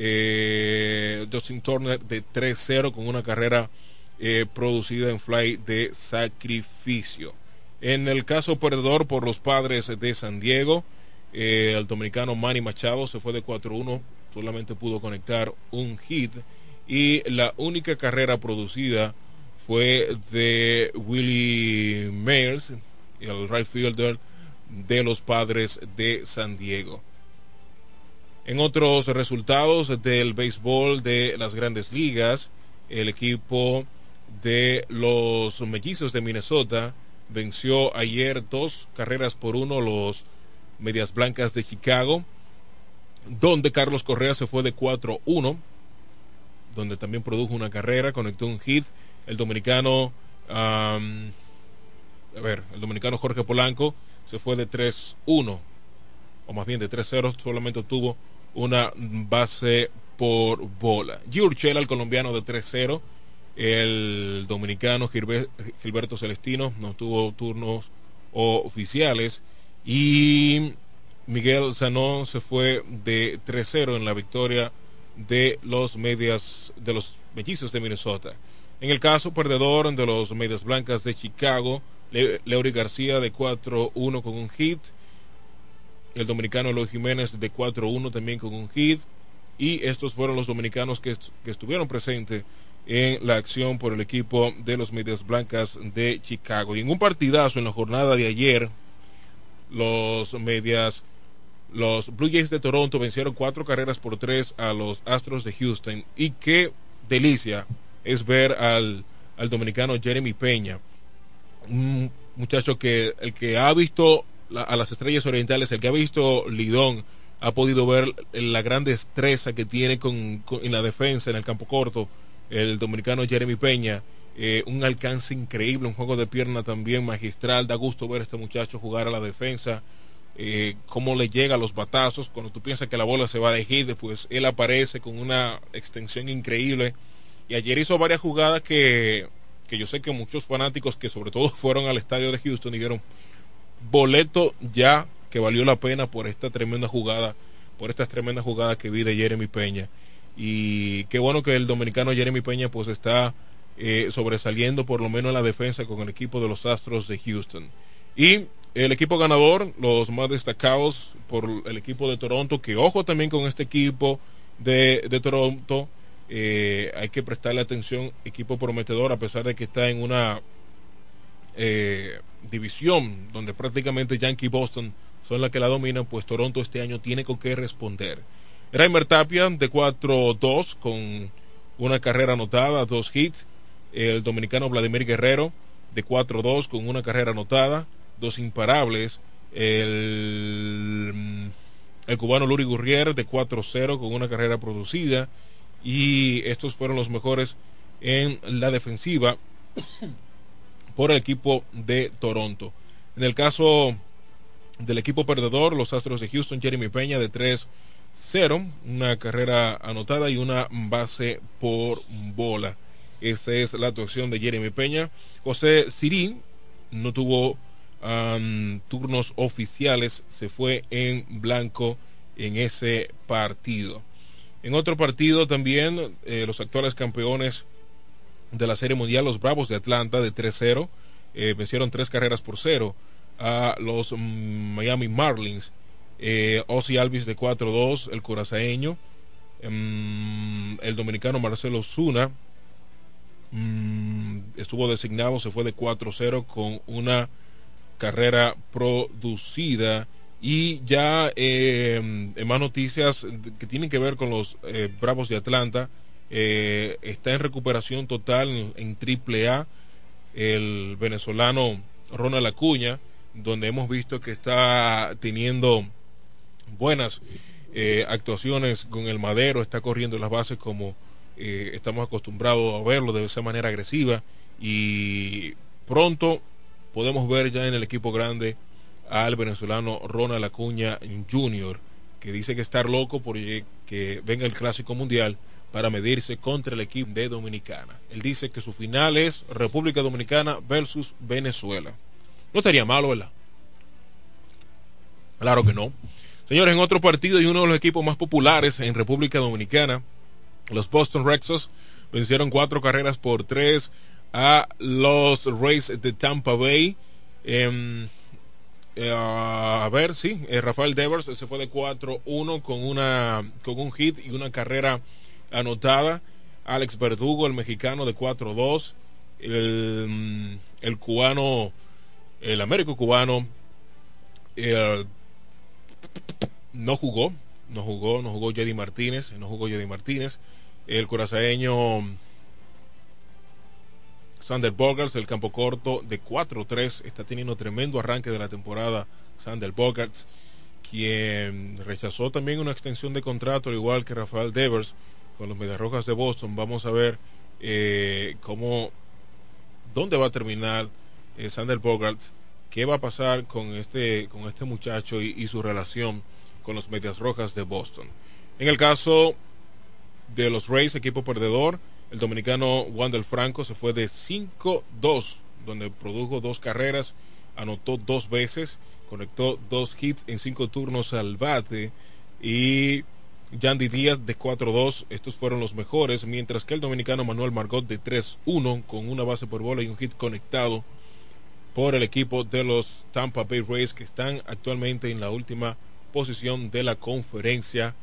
eh, Justin Turner de tres cero con una carrera eh, producida en fly de sacrificio. En el caso perdedor por los Padres de San Diego, eh, el dominicano Manny Machado se fue de cuatro uno, solamente pudo conectar un hit, y la única carrera producida fue de Willie Mays, el right fielder de los Padres de San Diego. En otros resultados del béisbol de las Grandes Ligas, el equipo de los Mellizos de Minnesota venció ayer dos carreras por uno los Medias Blancas de Chicago, donde Carlos Correa se fue de cuatro uno, donde también produjo una carrera, conectó un hit. El dominicano, um, a ver, el dominicano Jorge Polanco se fue de tres uno, o más bien de tres cero, solamente tuvo una base por bola. Gio Urshela, el colombiano, de tres cero. El dominicano Gilber, Gilberto Celestino no tuvo turnos oficiales. Y Miguel Zanón se fue de tres cero en la victoria de los medias de los Mellizos de Minnesota. En el caso perdedor de los Medias Blancas de Chicago, Le, Leury García de cuatro uno con un hit. El dominicano Eloy Jiménez de cuatro uno también con un hit. Y estos fueron los dominicanos que, est que estuvieron presentes en la acción por el equipo de los Medias Blancas de Chicago. Y en un partidazo en la jornada de ayer, los medias, los Blue Jays de Toronto vencieron cuatro carreras por tres a los Astros de Houston. Y qué delicia es ver al, al dominicano Jeremy Peña, un muchacho que el que ha visto la, a las Estrellas Orientales, el que ha visto Lidón, ha podido ver la gran destreza que tiene con, con, en la defensa, en el campo corto, el dominicano Jeremy Peña. Eh, un alcance increíble, un juego de pierna también magistral. Da gusto ver a este muchacho jugar a la defensa, eh, cómo le llega a los batazos. Cuando tú piensas que la bola se va de hit, pues él aparece con una extensión increíble. Y ayer hizo varias jugadas que, que yo sé que muchos fanáticos que sobre todo fueron al estadio de Houston dijeron: boleto ya, que valió la pena por esta tremenda jugada, por estas tremendas jugadas que vi de Jeremy Peña. Y qué bueno que el dominicano Jeremy Peña pues está eh, sobresaliendo por lo menos en la defensa con el equipo de los Astros de Houston. Y el equipo ganador, los más destacados por el equipo de Toronto, que ojo también con este equipo de, de Toronto, eh, hay que prestarle atención, equipo prometedor, a pesar de que está en una eh, división donde prácticamente Yankee y Boston son las que la dominan, pues Toronto este año tiene con qué responder. Reimer Tapia de cuatro dos con una carrera anotada, dos hits. El dominicano Vladimir Guerrero de cuatro dos con una carrera anotada, dos imparables. El, el cubano Luri Gurrier de cuatro cero con una carrera producida. Y estos fueron los mejores en la defensiva por el equipo de Toronto. En el caso del equipo perdedor, los Astros de Houston, Jeremy Peña de tres cero, una carrera anotada y una base por bola. Esa es la actuación de Jeremy Peña. José Sirí no tuvo um, turnos oficiales, se fue en blanco en ese partido. En otro partido también, eh, los actuales campeones de la Serie Mundial, los Bravos de Atlanta, de tres cero, eh, vencieron tres carreras por cero a los um, Miami Marlins. eh, Ozzy Alvis de cuatro dos, el curazaeño, um, el dominicano Marcelo Zuna um, estuvo designado, se fue de cuatro cero con una carrera producida. Y ya eh, en más noticias que tienen que ver con los eh, Bravos de Atlanta, eh, está en recuperación total en, en triple A el venezolano Ronald Acuña, donde hemos visto que está teniendo buenas eh, actuaciones con el madero, está corriendo las bases como eh, estamos acostumbrados a verlo, de esa manera agresiva, y pronto podemos ver ya en el equipo grande al venezolano Ronald Acuña junior, que dice que estar loco por que venga el Clásico Mundial para medirse contra el equipo de Dominicana. Él dice que su final es República Dominicana versus Venezuela. No estaría malo, ¿verdad? Claro que no. Señores, en otro partido y uno de los equipos más populares en República Dominicana, los Boston Red Sox vencieron cuatro carreras por tres a los Rays de Tampa Bay. Eh, eh, a ver, sí, eh, Rafael Devers se fue de cuatro uno con una con un hit y una carrera anotada. Alex Verdugo, el mexicano, de cuatro dos. El, el cubano, el américo cubano, el, no jugó, no jugó, no jugó Jedi Martínez, no jugó Jedi Martínez. El curazaeño Sander Bogaerts, del campo corto, de cuatro tres, está teniendo tremendo arranque de la temporada Sander Bogaerts, quien rechazó también una extensión de contrato, al igual que Rafael Devers con los Mediarrojas de Boston. Vamos a ver eh, cómo, dónde va a terminar eh, Sander Bogaerts, qué va a pasar con este, con este muchacho y, y su relación con los Medias Rojas de Boston. En el caso de los Rays, equipo perdedor, el dominicano Wander Franco se fue de cinco dos, donde produjo dos carreras, anotó dos veces, conectó dos hits en cinco turnos al bate, y Yandy Díaz de cuatro dos, estos fueron los mejores, mientras que el dominicano Manuel Margot de tres uno, con una base por bola y un hit conectado por el equipo de los Tampa Bay Rays, que están actualmente en la última posición de la conferencia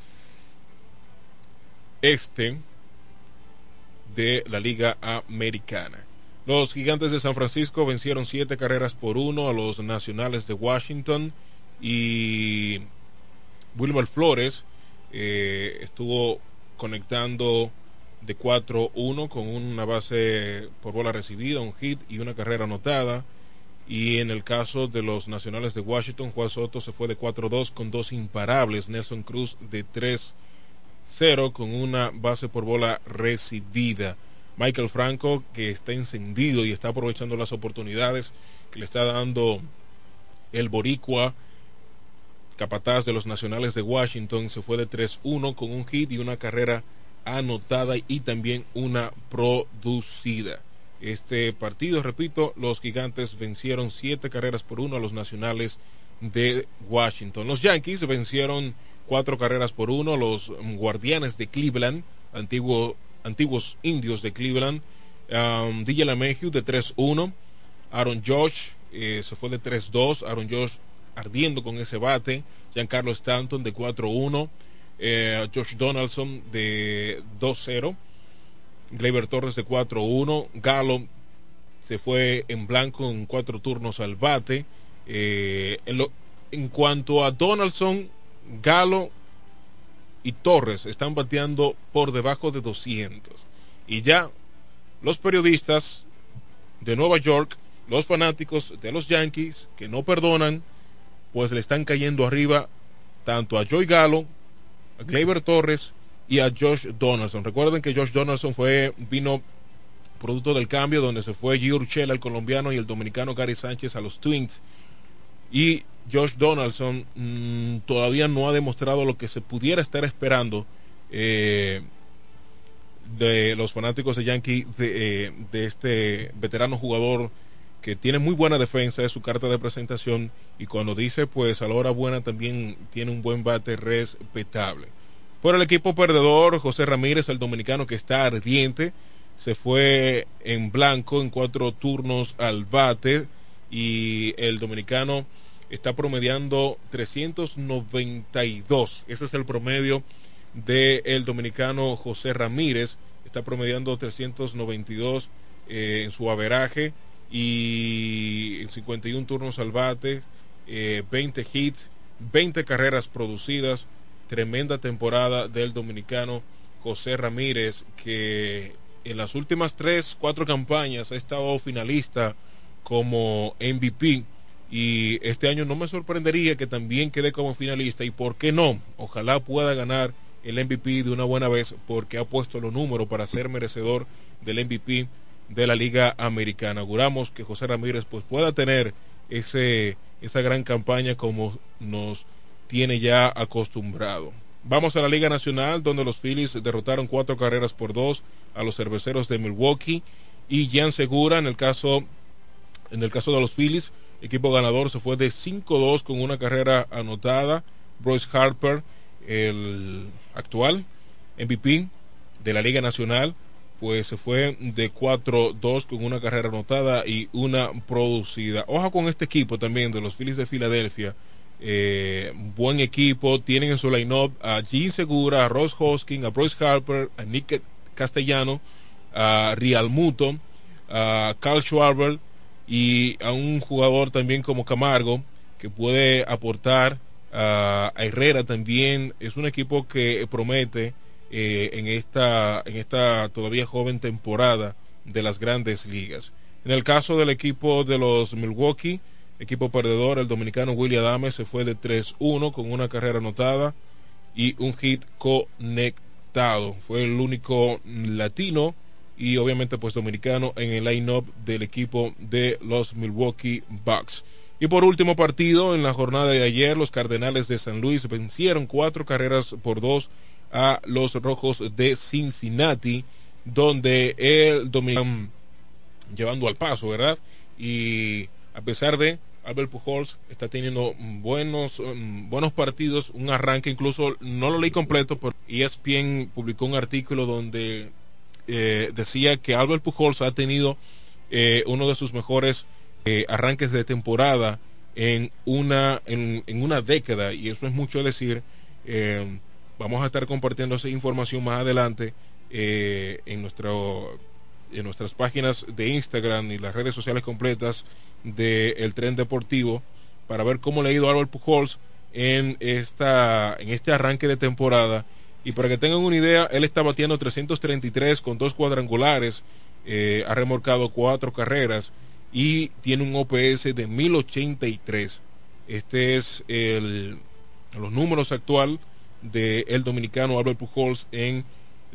este de la Liga Americana. Los Gigantes de San Francisco vencieron siete carreras por uno a los Nacionales de Washington, y Wilmer Flores eh, estuvo conectando de cuatro uno con una base por bola recibida, un hit y una carrera anotada. Y en el caso de los Nacionales de Washington, Juan Soto se fue de cuatro dos con dos imparables, Nelson Cruz de tres cero con una base por bola recibida. Michael Franco, que está encendido y está aprovechando las oportunidades que le está dando el boricua capataz de los Nacionales de Washington, se fue de tres uno con un hit y una carrera anotada y también una producida. Este partido, repito, los Gigantes vencieron siete carreras por uno a los Nacionales de Washington. Los Yankees vencieron cuatro carreras por uno a los Guardianes de Cleveland, antiguo, antiguos indios de Cleveland. um, D J LeMahieu de tres uno, Aaron Josh eh, se fue de tres dos, Aaron Josh ardiendo con ese bate. Giancarlo Stanton de cuatro uno, eh, Josh Donaldson de dos cero, Gleyber Torres de cuatro uno, Gallo se fue en blanco en cuatro turnos al bate. Eh, en, lo, en cuanto a Donaldson, Gallo y Torres están bateando por debajo de doscientos, y ya los periodistas de Nueva York, los fanáticos de los Yankees, que no perdonan, pues le están cayendo arriba tanto a Joey Gallo, a Gleyber Torres y a Josh Donaldson. Recuerden que Josh Donaldson fue vino producto del cambio, donde se fue Gio Urshela, el colombiano, y el dominicano Gary Sánchez a los Twins, y Josh Donaldson mmm, todavía no ha demostrado lo que se pudiera estar esperando eh, de los fanáticos de Yankee, de, eh, de este veterano jugador que tiene muy buena defensa, es su carta de presentación, y cuando dice pues a la hora buena también tiene un buen bate respetable. Por el equipo perdedor, José Ramírez, el dominicano, que está ardiente, se fue en blanco en cuatro turnos al bate, y el dominicano está promediando trescientos noventa y dos. Ese es el promedio del dominicano José Ramírez. Está promediando trescientos noventa y dos eh, en su averaje, y en cincuenta y uno turnos al bate, eh, veinte hits, veinte carreras producidas. Tremenda temporada del dominicano José Ramírez, que en las últimas tres, cuatro campañas ha estado finalista como M V P, y este año no me sorprendería que también quede como finalista, y por qué no, ojalá pueda ganar el M V P de una buena vez, porque ha puesto los números para ser merecedor del M V P de la Liga Americana. Auguramos que José Ramírez pues pueda tener ese esa gran campaña como nos tiene ya acostumbrado. Vamos a la Liga Nacional, donde los Phillies derrotaron cuatro carreras por dos a los Cerveceros de Milwaukee, y Jean Segura, en el caso en el caso de los Phillies, equipo ganador, se fue de cinco dos con una carrera anotada. Bryce Harper, el actual M V P de la Liga Nacional, pues se fue de cuatro dos con una carrera anotada y una producida. Ojo con este equipo también de los Phillies de Filadelfia. Eh, buen equipo, tienen en su line-up a Jean Segura, a Ross Hoskins, a Bryce Harper, a Nick Castellano, a Rial Muto, a Carl Schwarber y a un jugador también como Camargo que puede aportar, a, a Herrera también. Es un equipo que promete eh, en esta en esta todavía joven temporada de las Grandes Ligas. En el caso del equipo de los Milwaukee, equipo perdedor, el dominicano Willy Adames se fue de tres uno con una carrera anotada y un hit conectado. Fue el único latino y obviamente pues dominicano en el line-up del equipo de los Milwaukee Bucks. Y por último partido, en la jornada de ayer, los Cardenales de San Luis vencieron cuatro carreras por dos a los Rojos de Cincinnati, donde el dominicano llevando al paso, ¿verdad? Y a pesar de Albert Pujols está teniendo buenos um, buenos partidos, un arranque, incluso no lo leí completo, pero E S P N publicó un artículo donde eh, decía que Albert Pujols ha tenido eh, uno de sus mejores eh, arranques de temporada en una en, en una década, y eso es mucho decir. Eh, vamos a estar compartiendo esa información más adelante eh, en nuestro en nuestras páginas de Instagram y las redes sociales completas de El Tren Deportivo, para ver cómo le ha ido a Albert Pujols en esta en este arranque de temporada. Y para que tengan una idea, él está batiendo trescientos treinta y tres con dos cuadrangulares, eh, ha remolcado cuatro carreras y tiene un O P S de mil ochenta y tres. Este es el los números actual de el dominicano Albert Pujols en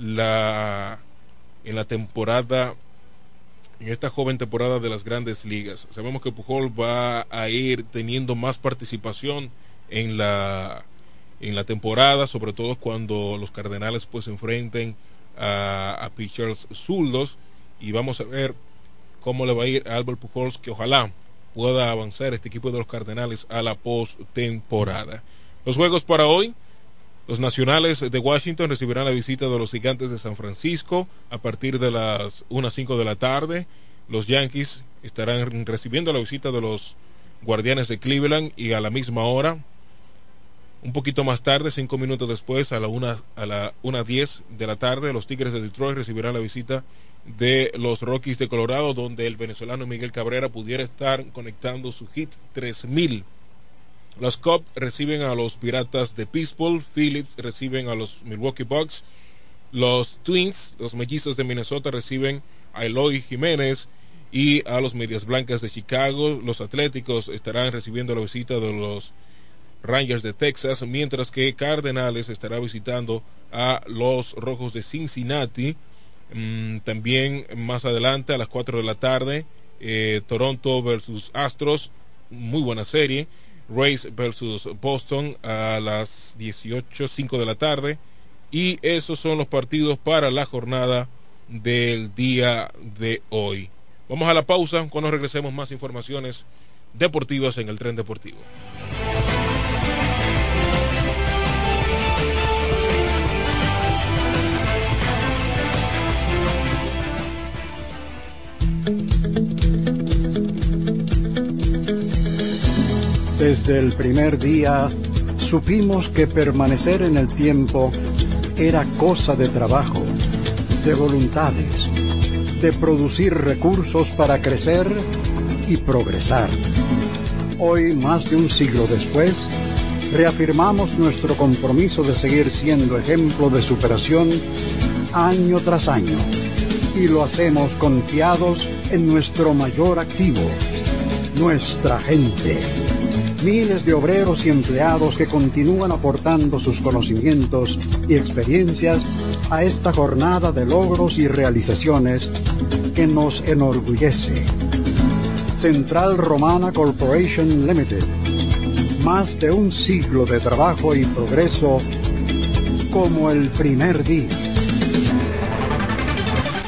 la en la temporada, en esta joven temporada de las Grandes Ligas. Sabemos que Pujols va a ir teniendo más participación en la en la temporada, sobre todo cuando los Cardenales pues se enfrenten a, a pitchers zurdos, y vamos a ver cómo le va a ir a Albert Pujols, que ojalá pueda avanzar este equipo de los Cardenales a la postemporada. Los juegos para hoy: los Nacionales de Washington recibirán la visita de los Gigantes de San Francisco a partir de las una a cinco de la tarde. Los Yankees estarán recibiendo la visita de los Guardianes de Cleveland, y a la misma hora, un poquito más tarde, cinco minutos después, a la una a la una diez de la tarde, los Tigres de Detroit recibirán la visita de los Rockies de Colorado, donde el venezolano Miguel Cabrera pudiera estar conectando su hit tres mil. Los Cubs reciben a los Piratas de Pittsburgh, Phillies reciben a los Milwaukee Bucks, los Twins, los Mellizos de Minnesota reciben a Eloy Jiménez y a los Medias Blancas de Chicago. Los Atléticos estarán recibiendo la visita de los Rangers de Texas, mientras que Cardenales estará visitando a los Rojos de Cincinnati. Mm, también más adelante a las cuatro de la tarde, eh, Toronto versus Astros, muy buena serie. Rays versus Boston a las dieciocho cinco de la tarde. Y esos son los partidos para la jornada del día de hoy. Vamos a la pausa. Cuando regresemos, más informaciones deportivas en el Tren Deportivo. Desde el primer día supimos que permanecer en el tiempo era cosa de trabajo, de voluntades, de producir recursos para crecer y progresar. Hoy, más de un siglo después, reafirmamos nuestro compromiso de seguir siendo ejemplo de superación año tras año, y lo hacemos confiados en nuestro mayor activo, nuestra gente. Miles de obreros y empleados que continúan aportando sus conocimientos y experiencias a esta jornada de logros y realizaciones que nos enorgullece. Central Romana Corporation Limited. Más de un siglo de trabajo y progreso como el primer día.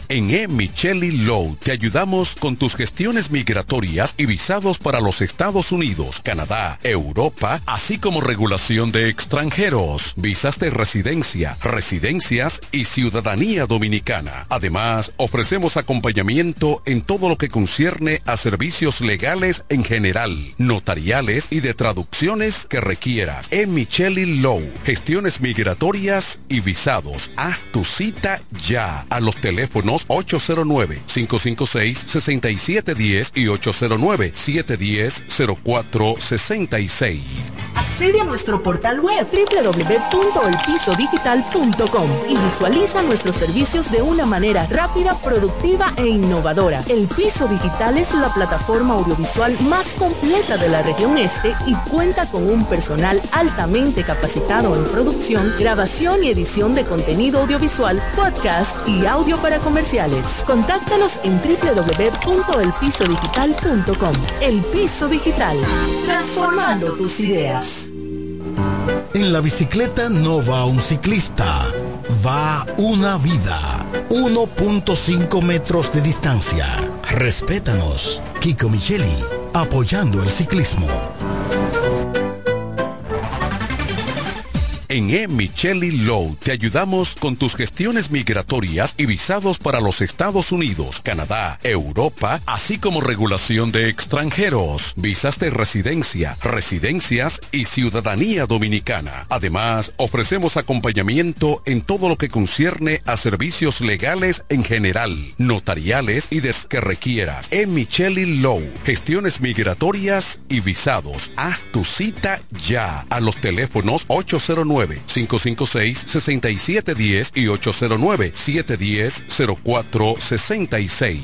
En E. Micheli Law te ayudamos con tus gestiones migratorias y visados para los Estados Unidos, Canadá, Europa, así como regulación de extranjeros, visas de residencia, residencias y ciudadanía dominicana. Además, ofrecemos acompañamiento en todo lo que concierne a servicios legales en general, notariales y de traducciones que requieras. E. Micheli Law, gestiones migratorias y visados. Haz tu cita ya a los teléfonos ocho cero nueve, cinco cinco seis, seis siete uno cero y ocho cero nueve, siete uno cero, cero cuatro seis seis. Accede a nuestro portal web doble u doble u doble u punto el piso digital punto com y visualiza nuestros servicios de una manera rápida, productiva e innovadora. El Piso Digital es la plataforma audiovisual más completa de la región este y cuenta con un personal altamente capacitado en producción, grabación y edición de contenido audiovisual, podcast y audio para comerciales. Contáctanos en doble u doble u doble u punto el piso digital punto com. El Piso Digital, transformando tus ideas. En la bicicleta no va un ciclista, va una vida. uno punto cinco metros de distancia. Respétanos. Kiko Micheli, apoyando el ciclismo. En E. Micheli Law te ayudamos con tus gestiones migratorias y visados para los Estados Unidos, Canadá, Europa, así como regulación de extranjeros, visas de residencia, residencias y ciudadanía dominicana. Además, ofrecemos acompañamiento en todo lo que concierne a servicios legales en general, notariales y de que requieras. E. Micheli Law, gestiones migratorias y visados. Haz tu cita ya a los teléfonos ocho cero nueve, cinco cinco seis, seis siete uno cero y ocho cero nueve, siete uno cero, cero cuatro seis seis.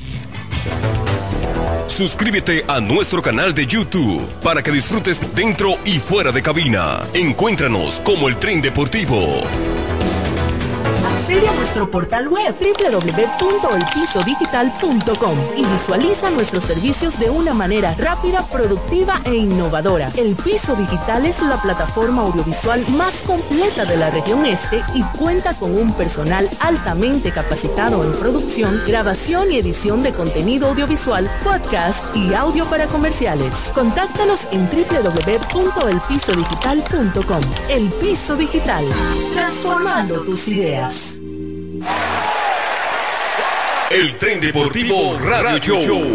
Suscríbete a nuestro canal de YouTube para que disfrutes dentro y fuera de cabina. Encuéntranos como El Tren Deportivo. Accede a nuestro portal web doble u doble u doble u punto el piso digital punto com y visualiza nuestros servicios de una manera rápida, productiva e innovadora. El Piso Digital es la plataforma audiovisual más completa de la región este y cuenta con un personal altamente capacitado en producción, grabación y edición de contenido audiovisual, podcast y audio para comerciales. Contáctanos en doble u doble u doble u punto el piso digital punto com. El Piso Digital, transformando tus ideas. El Tren Deportivo Radio Show.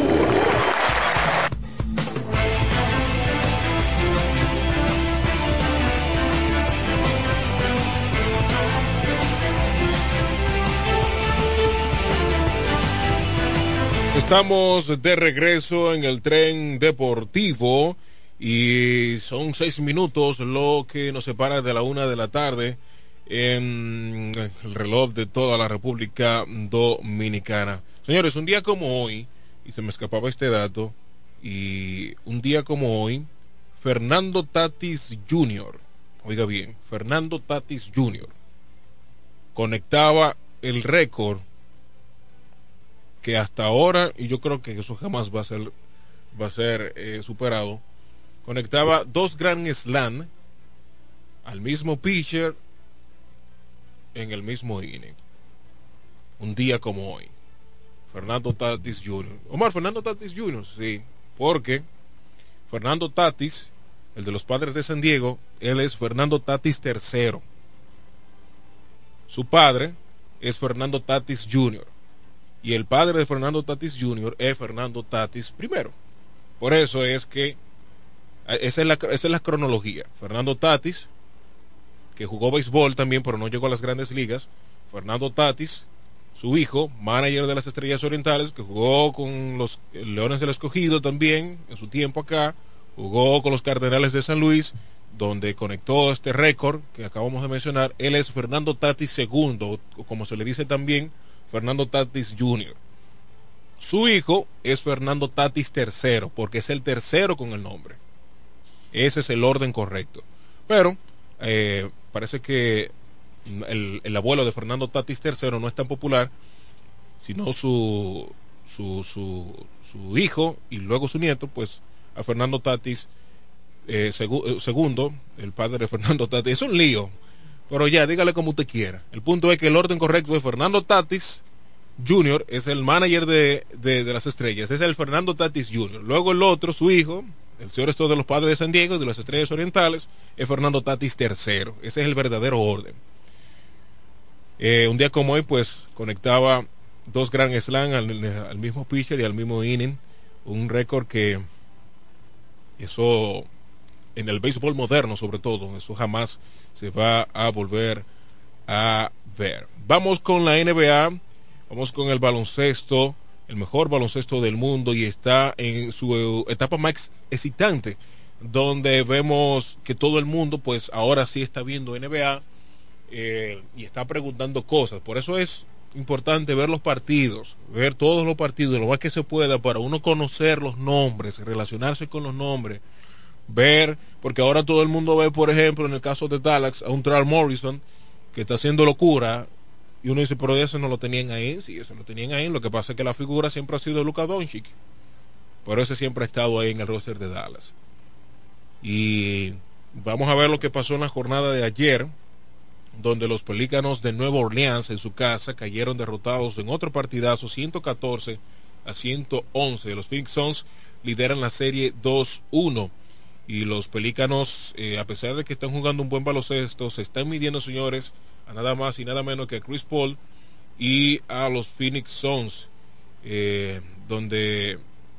Estamos de regreso en el Tren Deportivo y son seis minutos lo que nos separa de la una de la tarde en el reloj de toda la República Dominicana. Señores, un día como hoy, y se me escapaba este dato, y un día como hoy, Fernando Tatis junior, oiga bien, Fernando Tatis junior, conectaba el récord que hasta ahora, y yo creo que eso jamás va a ser, va a ser eh, superado, conectaba dos Grand Slam al mismo pitcher en el mismo inning. Un día como hoy, Fernando Tatis junior Omar, Fernando Tatis junior, sí, porque Fernando Tatis, el de los Padres de San Diego, él es Fernando Tatis tercero. Su padre es Fernando Tatis junior y el padre de Fernando Tatis junior es Fernando Tatis primero. Por eso es que esa es la, esa es la cronología. Fernando Tatis, que jugó béisbol también, pero no llegó a las grandes ligas. Fernando Tatis, su hijo, manager de las Estrellas Orientales, que jugó con los Leones del Escogido también en su tiempo acá, jugó con los Cardenales de San Luis, donde conectó este récord que acabamos de mencionar. Él es Fernando Tatis segundo, o como se le dice también, Fernando Tatis junior Su hijo es Fernando Tatis tercero, porque es el tercero con el nombre. Ese es el orden correcto. Pero eh, parece que el, el abuelo de Fernando Tatis tercero no es tan popular, sino su, su, su, su hijo y luego su nieto, pues a Fernando Tatis eh, segu, segundo, el padre de Fernando Tatis. Es un lío, pero ya, dígale como usted quiera. El punto es que el orden correcto es Fernando Tatis junior es el manager de, de, de las Estrellas, es el Fernando Tatis junior Luego el otro, su hijo, el señor esto de los Padres de San Diego y de las Estrellas Orientales, es Fernando Tatis tercero. Ese es el verdadero orden. Eh, un día como hoy, pues, conectaba dos Grand Slam al, al mismo pitcher y al mismo inning. Un récord que eso, en el béisbol moderno sobre todo, eso jamás se va a volver a ver. Vamos con la N B A, vamos con el baloncesto, el mejor baloncesto del mundo, y está en su etapa más excitante, donde vemos que todo el mundo pues ahora sí está viendo N B A eh, y está preguntando cosas. Por eso es importante ver los partidos, ver todos los partidos lo más que se pueda, para uno conocer los nombres, relacionarse con los nombres, ver, porque ahora todo el mundo ve, por ejemplo, en el caso de Dallas, a un Trevor Morrison que está haciendo locura, y uno dice, pero eso no lo tenían ahí. Sí, eso lo tenían ahí. Lo que pasa es que la figura siempre ha sido Luka Doncic, pero ese siempre ha estado ahí en el roster de Dallas. Y vamos a ver lo que pasó en la jornada de ayer, donde los Pelícanos de Nueva Orleans en su casa cayeron derrotados en otro partidazo, ciento catorce a ciento once. Los Phoenix Suns lideran la serie dos uno, y los Pelícanos, eh, a pesar de que están jugando un buen baloncesto, se están midiendo, señores, a nada más y nada menos que a Chris Paul y a los Phoenix Suns, eh, donde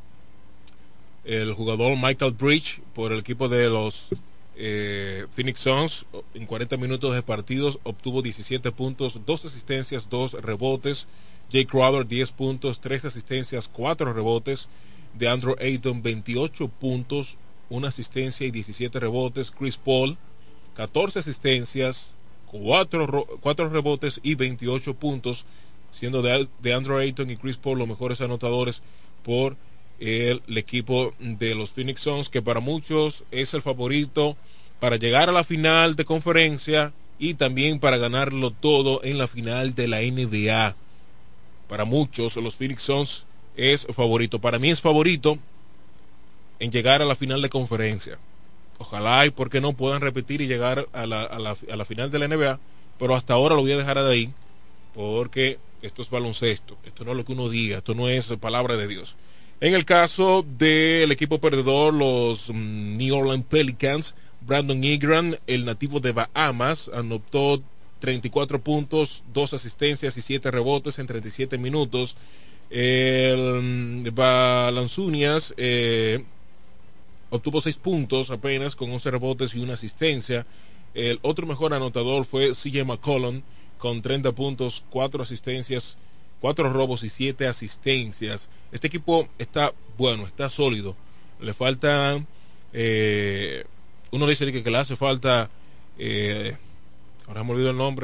el jugador Michael Bridge por el equipo de los eh, Phoenix Suns en cuarenta minutos de partidos obtuvo diecisiete puntos, dos asistencias, dos rebotes. Jay Crowder diez puntos, tres asistencias, cuatro rebotes. DeAndre Ayton veintiocho puntos, una asistencia y diecisiete rebotes. Chris Paul catorce asistencias, cuatro, cuatro rebotes y veintiocho puntos, siendo de, de Andrew Ayton y Chris Paul los mejores anotadores por el, el equipo de los Phoenix Suns, que para muchos es el favorito para llegar a la final de conferencia y también para ganarlo todo en la final de la N B A. Para muchos los Phoenix Suns es favorito, para mí es favorito en llegar a la final de conferencia. Ojalá y por qué no puedan repetir y llegar a la, a, la, a la final de la N B A, pero hasta ahora lo voy a dejar de ahí, porque esto es baloncesto, esto no es lo que uno diga, esto no es palabra de Dios. En el caso del equipo perdedor, los um, New Orleans Pelicans, Brandon Ingram, el nativo de Bahamas, anotó treinta y cuatro puntos, dos asistencias y siete rebotes en treinta y siete minutos. El um, Valanciunas eh, obtuvo seis puntos apenas con once rebotes y una asistencia. El otro mejor anotador fue C J McCollum con treinta puntos, cuatro asistencias, cuatro robos y siete asistencias. Este equipo está bueno, está sólido. Le falta, eh, uno dice que, que le hace falta, eh, ahora me olvido el nombre,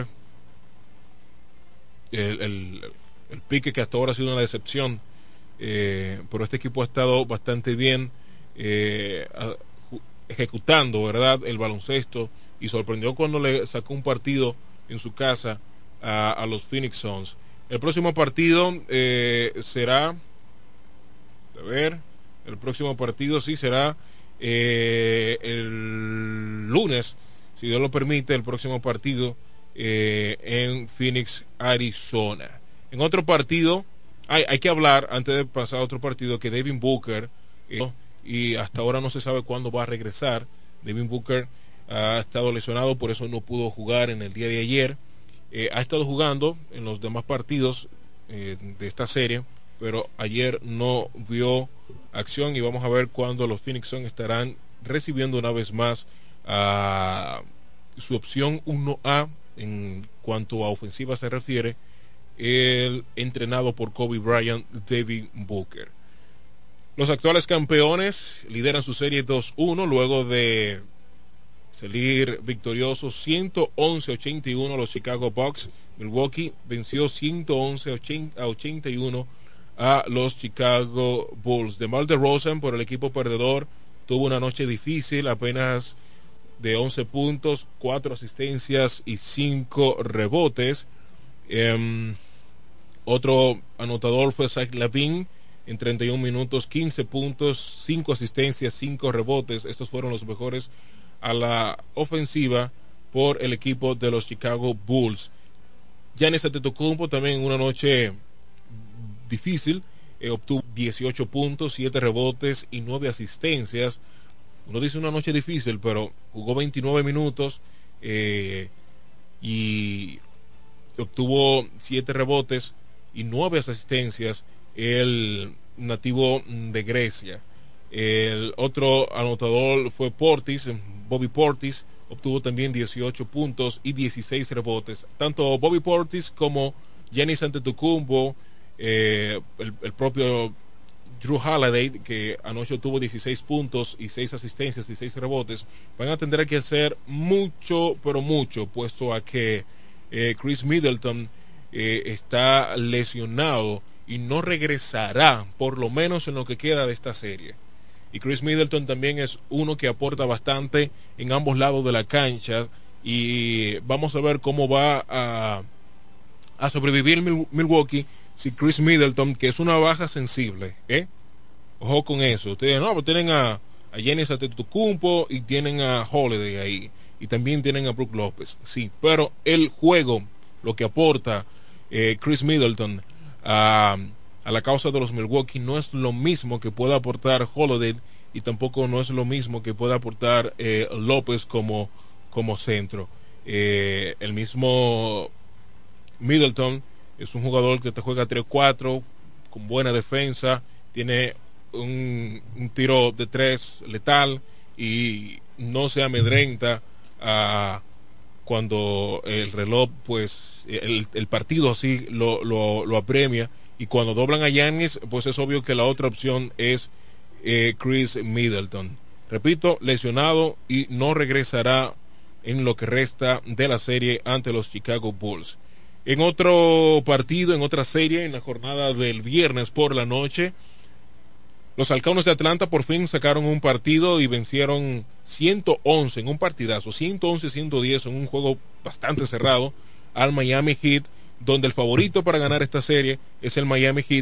el, el, el pique que hasta ahora ha sido una decepción, eh, pero este equipo ha estado bastante bien. Eh, ejecutando, ¿verdad?, el baloncesto, y sorprendió cuando le sacó un partido en su casa a, a los Phoenix Suns. El próximo partido eh, será, a ver, el próximo partido sí será eh, el lunes, si Dios lo permite, el próximo partido eh, en Phoenix, Arizona. En otro partido, hay, hay que hablar, antes de pasar a otro partido, que Devin Booker eh, y hasta ahora no se sabe cuándo va a regresar. Devin Booker ha estado lesionado, por eso no pudo jugar en el día de ayer. Eh, ha estado jugando en los demás partidos eh, de esta serie, pero ayer no vio acción, y vamos a ver cuándo los Phoenix Suns estarán recibiendo una vez más a su opción uno A en cuanto a ofensiva se refiere, el entrenado por Kobe Bryant, Devin Booker. Los actuales campeones lideran su serie dos uno luego de salir victoriosos ciento once a ochenta y uno a los Chicago Bucks. Milwaukee venció ciento once a ochenta y uno a los Chicago Bulls. DeMar DeRozan, por el equipo perdedor, tuvo una noche difícil, apenas de once puntos, cuatro asistencias y cinco rebotes. Um, otro anotador fue Zach LaVine, en treinta y un minutos, quince puntos, cinco asistencias, cinco rebotes. Estos fueron los mejores a la ofensiva por el equipo de los Chicago Bulls. Giannis Antetokounmpo también una noche difícil. Eh, obtuvo dieciocho puntos, siete rebotes y nueve asistencias. Uno dice una noche difícil, pero jugó veintinueve minutos eh, y obtuvo siete rebotes y nueve asistencias. El nativo de Grecia. El otro anotador fue Portis, Bobby Portis, obtuvo también dieciocho puntos y dieciséis rebotes. Tanto Bobby Portis como Giannis Antetokounmpo, eh, el, el propio Drew Holiday, que anoche tuvo dieciséis puntos y seis asistencias y seis rebotes, van a tener que hacer mucho, pero mucho, puesto a que eh, Chris Middleton eh, está lesionado y no regresará, por lo menos en lo que queda de esta serie. Y Chris Middleton también es uno que aporta bastante en ambos lados de la cancha, y vamos a ver cómo va a, a sobrevivir Milwaukee si Chris Middleton, que es una baja sensible, ¿eh? Ojo con eso. Ustedes no, pero tienen a, a Giannis Antetokounmpo y tienen a Holiday ahí, y también tienen a Brook López, sí, pero el juego, lo que aporta eh, Chris Middleton a a la causa de los Milwaukee no es lo mismo que pueda aportar Holiday, y tampoco no es lo mismo que pueda aportar eh, López como, como centro. Eh, el mismo Middleton es un jugador que te juega tres cuatro con buena defensa, tiene un, un tiro de tres letal y no se amedrenta a cuando el reloj, pues el, el partido así lo, lo, lo apremia. Y cuando doblan a Giannis, pues es obvio que la otra opción es eh, Chris Middleton. Repito, lesionado y no regresará en lo que resta de la serie ante los Chicago Bulls. En otro partido, en otra serie, en la jornada del viernes por la noche, los Halcones de Atlanta por fin sacaron un partido y vencieron ciento once en un partidazo, ciento once a ciento diez en un juego bastante cerrado al Miami Heat, donde el favorito para ganar esta serie es el Miami Heat,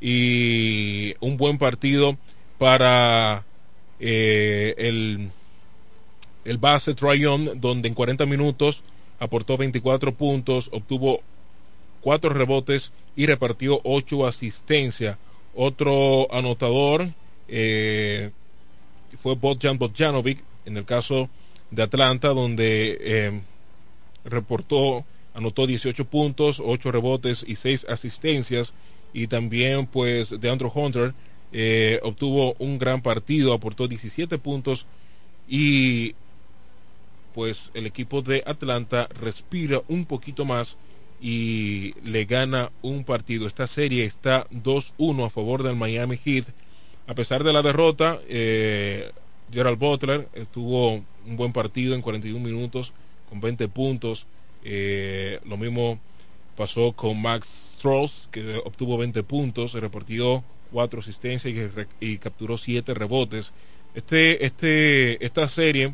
y un buen partido para eh, el, el base Trae Young, donde en cuarenta minutos aportó veinticuatro puntos, obtuvo cuatro rebotes y repartió ocho asistencias. Otro anotador eh, fue Bogdan Bogdanovic en el caso de Atlanta, donde eh, reportó anotó dieciocho puntos, ocho rebotes y seis asistencias. Y también pues DeAndre Hunter eh, obtuvo un gran partido, aportó diecisiete puntos, y pues el equipo de Atlanta respira un poquito más y le gana un partido. Esta serie está dos uno a favor del Miami Heat. A pesar de la derrota, eh, Gerald Butler tuvo un buen partido en cuarenta y un minutos con veinte puntos. Eh, lo mismo pasó con Max Strus, que obtuvo veinte puntos, se repartió cuatro asistencias y, re, y capturó siete rebotes. Este, este, esta serie,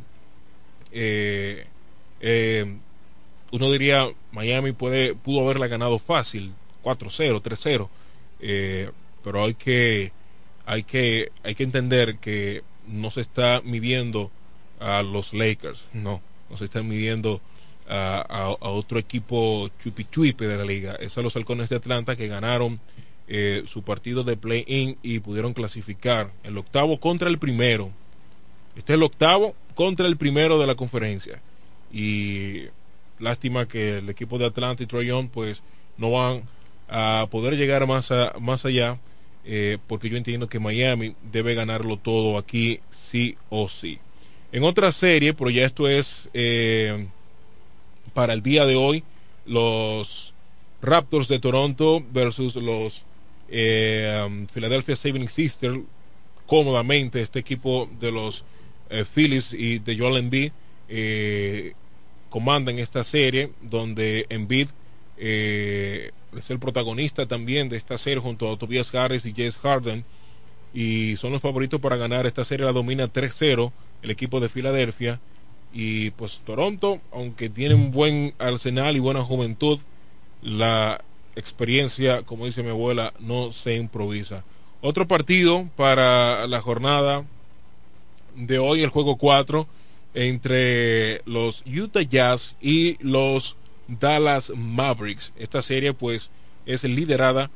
eh, eh, uno diría Miami puede, pudo haberla ganado fácil, cuatro cero, tres cero, eh, pero hay que, hay que, hay que entender que no se está midiendo a los Lakers, no, no se está midiendo A, a, a otro equipo chupichuipe de la liga. Es a los Halcones de Atlanta, que ganaron eh, su partido de play-in y pudieron clasificar el octavo contra el primero. Este es el octavo contra el primero de la conferencia, y lástima que el equipo de Atlanta y Trae Young pues no van a poder llegar más, a, más allá, eh, porque yo entiendo que Miami debe ganarlo todo aquí sí o sí. En otra serie, pero ya esto es eh, para el día de hoy, los Raptors de Toronto versus los eh, um, Philadelphia seventy-sixers, cómodamente este equipo de los eh, Phillies y de Joel Embiid eh, comandan esta serie, donde Embiid eh, es el protagonista también de esta serie junto a Tobias Harris y James Harden, y son los favoritos para ganar esta serie. La domina tres cero el equipo de Filadelfia. Y pues Toronto, aunque tiene un buen arsenal y buena juventud, la experiencia, como dice mi abuela, no se improvisa. Otro partido para la jornada de hoy, el juego cuatro, entre los Utah Jazz y los Dallas Mavericks. Esta serie pues es liderada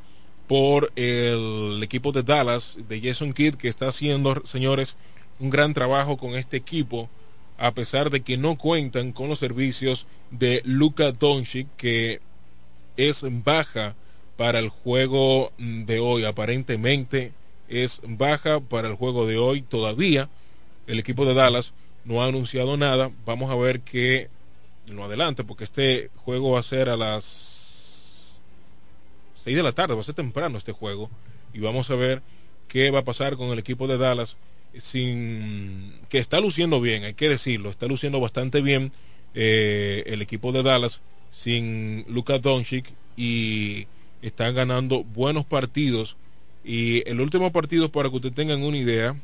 por el equipo de Dallas, de Jason Kidd, que está haciendo, señores, un gran trabajo con este equipo, a pesar de que no cuentan con los servicios de Luka Doncic, que es baja para el juego de hoy. Aparentemente es baja para el juego de hoy todavía. El equipo de Dallas no ha anunciado nada. Vamos a ver qué lo adelante, porque este juego va a ser a las seis de la tarde, va a ser temprano este juego, y vamos a ver qué va a pasar con el equipo de Dallas, sin que está luciendo bien, hay que decirlo, está luciendo bastante bien eh, el equipo de Dallas sin Luka Doncic, y están ganando buenos partidos. Y el último partido, para que ustedes tengan una idea,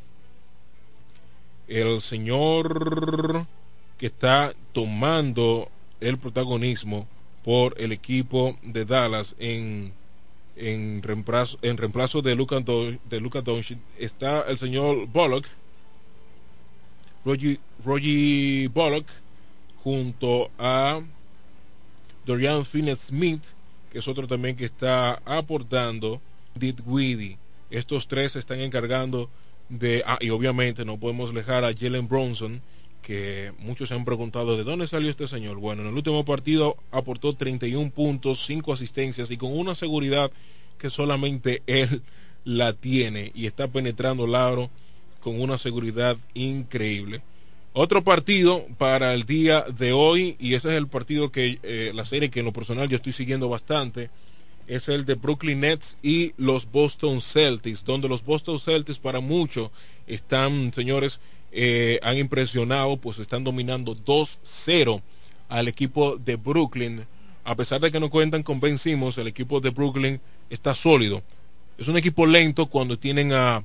el señor que está tomando el protagonismo por el equipo de Dallas en en reemplazo, en reemplazo de Luka de Luka Doncic está el señor Bullock, Roger, Roger Bullock, junto a Dorian Finney-Smith, que es otro también que está aportando, Dinwiddie. Estos tres se están encargando de, ah, y obviamente no podemos dejar a Jalen Brunson, que muchos se han preguntado de dónde salió este señor. Bueno, en el último partido aportó treinta y un puntos, cinco asistencias, y con una seguridad que solamente él la tiene, y está penetrando el aro con una seguridad increíble. Otro partido para el día de hoy, y ese es el partido que eh, la serie que en lo personal yo estoy siguiendo bastante, es el de Brooklyn Nets y los Boston Celtics, donde los Boston Celtics para muchos están, señores, Eh, han impresionado, pues están dominando dos cero al equipo de Brooklyn. A pesar de que no cuentan con Ben Simmons, el equipo de Brooklyn está sólido. Es un equipo lento cuando tienen a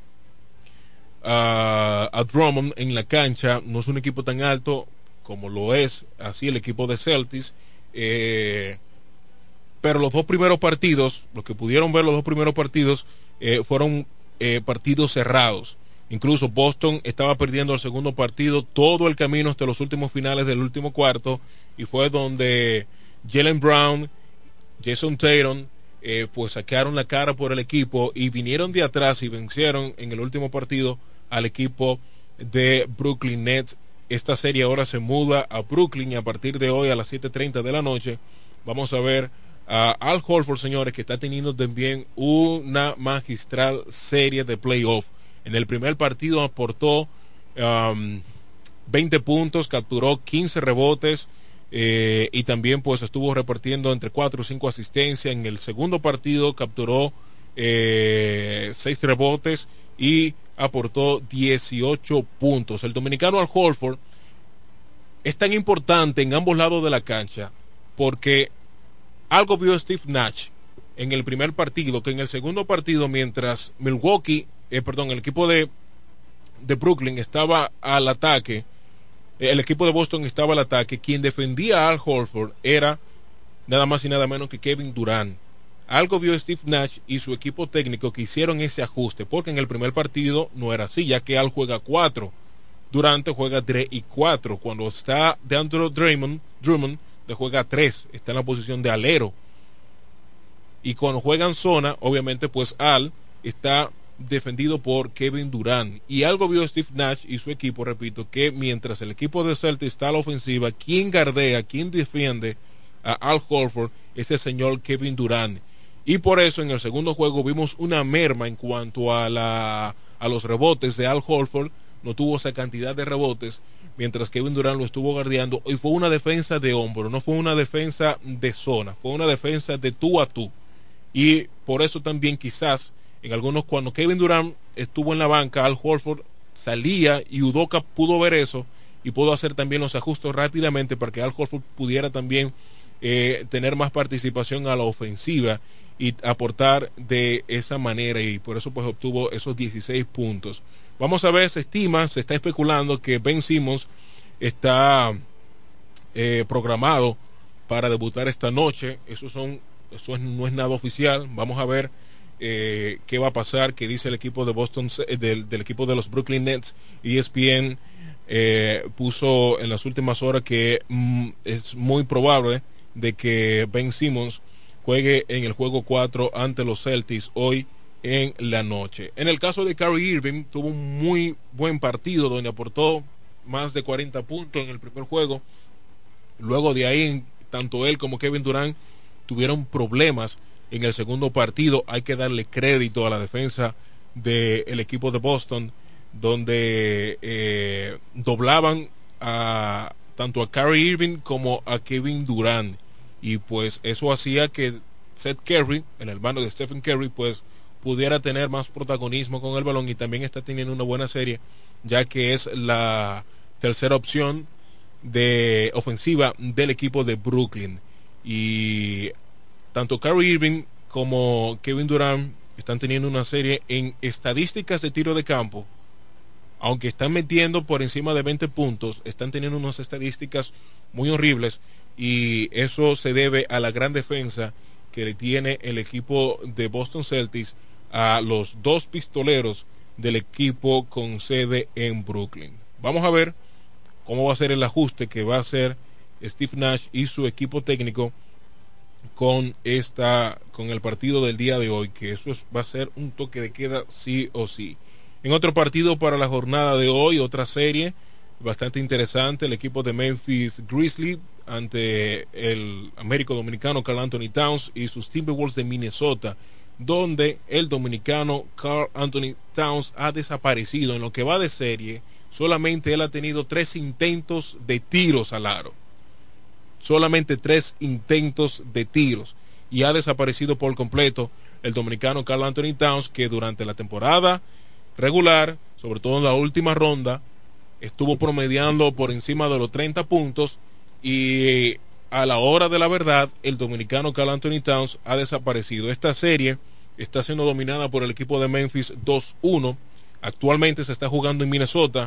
a, a Drummond en la cancha. No es un equipo tan alto como lo es así el equipo de Celtics, eh, pero los dos primeros partidos, los que pudieron ver los dos primeros partidos, eh, fueron eh, partidos cerrados. Incluso Boston estaba perdiendo el segundo partido todo el camino hasta los últimos finales del último cuarto, y fue donde Jaylen Brown, Jason Tatum, eh, pues sacaron la cara por el equipo y vinieron de atrás y vencieron en el último partido al equipo de Brooklyn Nets. Esta serie ahora se muda a Brooklyn, y a partir de hoy a las siete treinta de la noche vamos a ver a Al Horford, señores, que está teniendo también una magistral serie de playoff. En el primer partido aportó um, veinte puntos, capturó quince rebotes, eh, y también pues estuvo repartiendo entre cuatro o cinco asistencias. En el segundo partido capturó eh, seis rebotes y aportó dieciocho puntos. El dominicano Al Horford es tan importante en ambos lados de la cancha, porque algo vio Steve Nash en el primer partido, que en el segundo partido, mientras Milwaukee Eh, perdón, el equipo de, de Brooklyn estaba al ataque, eh, el equipo de Boston estaba al ataque, quien defendía a Al Horford era nada más y nada menos que Kevin Durant. Algo vio Steve Nash y su equipo técnico que hicieron ese ajuste, porque en el primer partido no era así, ya que Al juega cuatro, Durant juega tres y cuatro, cuando está DeAndre Drummond, Drummond le juega tres, está en la posición de alero, y cuando juegan zona, obviamente pues Al está defendido por Kevin Durant. Y algo vio Steve Nash y su equipo, repito, que mientras el equipo de Celtics está a la ofensiva, quien gardea, quien defiende a Al Horford es el señor Kevin Durant. Y por eso en el segundo juego vimos una merma en cuanto a la a los rebotes de Al Horford. No tuvo esa cantidad de rebotes, mientras Kevin Durant lo estuvo guardiando, y fue una defensa de hombro, no fue una defensa de zona, fue una defensa de tú a tú. Y por eso también quizás en algunos, cuando Kevin Durant estuvo en la banca, Al Horford salía, y Udoka pudo ver eso y pudo hacer también los ajustes rápidamente para que Al Horford pudiera también eh, tener más participación a la ofensiva y aportar de esa manera, y por eso pues obtuvo esos dieciséis puntos. Vamos a ver, se estima, se está especulando que Ben Simmons está eh, programado para debutar esta noche. Eso son, eso es, no es nada oficial. Vamos a ver Eh, qué va a pasar, qué dice el equipo de Boston, del, del equipo de los Brooklyn Nets. E S P N eh, puso en las últimas horas que mm, es muy probable de que Ben Simmons juegue en el juego cuatro ante los Celtics hoy en la noche. En el caso de Kyrie Irving, tuvo un muy buen partido donde aportó más de cuarenta puntos en el primer juego. Luego de ahí, tanto él como Kevin Durant tuvieron problemas en el segundo partido. Hay que darle crédito a la defensa del equipo de Boston, donde eh, doblaban a tanto a Kyrie Irving como a Kevin Durant, y pues eso hacía que Seth Curry, el hermano de Stephen Curry, pues pudiera tener más protagonismo con el balón, y también está teniendo una buena serie, ya que es la tercera opción de ofensiva del equipo de Brooklyn. Y tanto Kyrie Irving como Kevin Durant están teniendo una serie en estadísticas de tiro de campo. Aunque están metiendo por encima de veinte puntos, están teniendo unas estadísticas muy horribles, y eso se debe a la gran defensa que le tiene el equipo de Boston Celtics a los dos pistoleros del equipo con sede en Brooklyn. Vamos a ver cómo va a ser el ajuste que va a hacer Steve Nash y su equipo técnico con esta con el partido del día de hoy, que eso es, va a ser un toque de queda sí o sí. En otro partido para la jornada de hoy, otra serie bastante interesante, el equipo de Memphis Grizzlies ante el Américo Dominicano Karl Anthony Towns y sus Timberwolves de Minnesota, donde el dominicano Karl Anthony Towns ha desaparecido. En lo que va de serie, solamente él ha tenido tres intentos de tiros al aro. Solamente tres intentos de tiros. Y ha desaparecido por completo el dominicano Karl Anthony Towns, que durante la temporada regular, sobre todo en la última ronda, estuvo promediando por encima de los treinta puntos, y a la hora de la verdad, el dominicano Karl Anthony Towns ha desaparecido. Esta serie está siendo dominada por el equipo de Memphis dos uno. Actualmente se está jugando en Minnesota,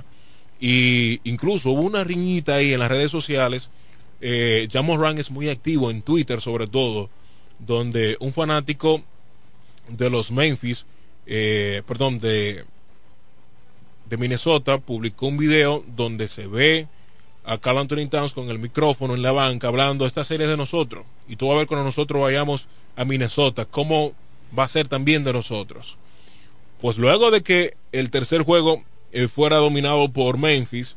y incluso hubo una riñita ahí en las redes sociales. eh, Ja Morant es muy activo en Twitter, sobre todo, donde un fanático de los Memphis, eh, perdón, de de Minnesota publicó un video donde se ve a Karl Anthony Towns con el micrófono en la banca hablando: esta serie es de nosotros, y tú vas a ver cuando nosotros vayamos a Minnesota cómo va a ser también de nosotros. Pues luego de que el tercer juego eh, fuera dominado por Memphis,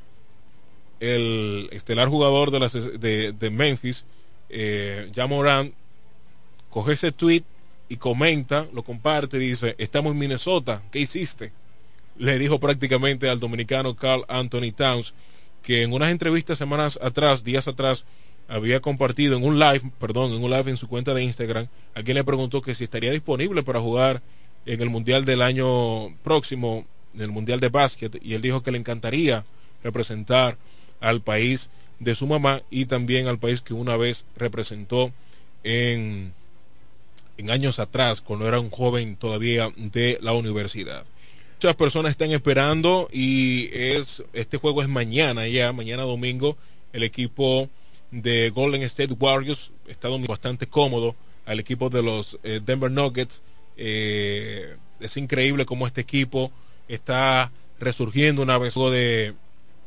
el estelar jugador de, las, de, de Memphis, eh, Ja Morant, coge ese tweet y comenta, lo comparte, dice: estamos en Minnesota, ¿qué hiciste? Le dijo prácticamente al dominicano Karl Anthony Towns, que en unas entrevistas semanas atrás, días atrás, había compartido en un live, perdón, en un live en su cuenta de Instagram. Alguien le preguntó que si estaría disponible para jugar en el mundial del año próximo, en el mundial de básquet, y él dijo que le encantaría representar al país de su mamá y también al país que una vez representó en, en años atrás, cuando era un joven todavía de la universidad. Muchas personas están esperando, y es este juego es mañana ya, mañana domingo. El equipo de Golden State Warriors está bastante cómodo al equipo de los eh, Denver Nuggets. Eh, es increíble cómo este equipo está resurgiendo una vez de,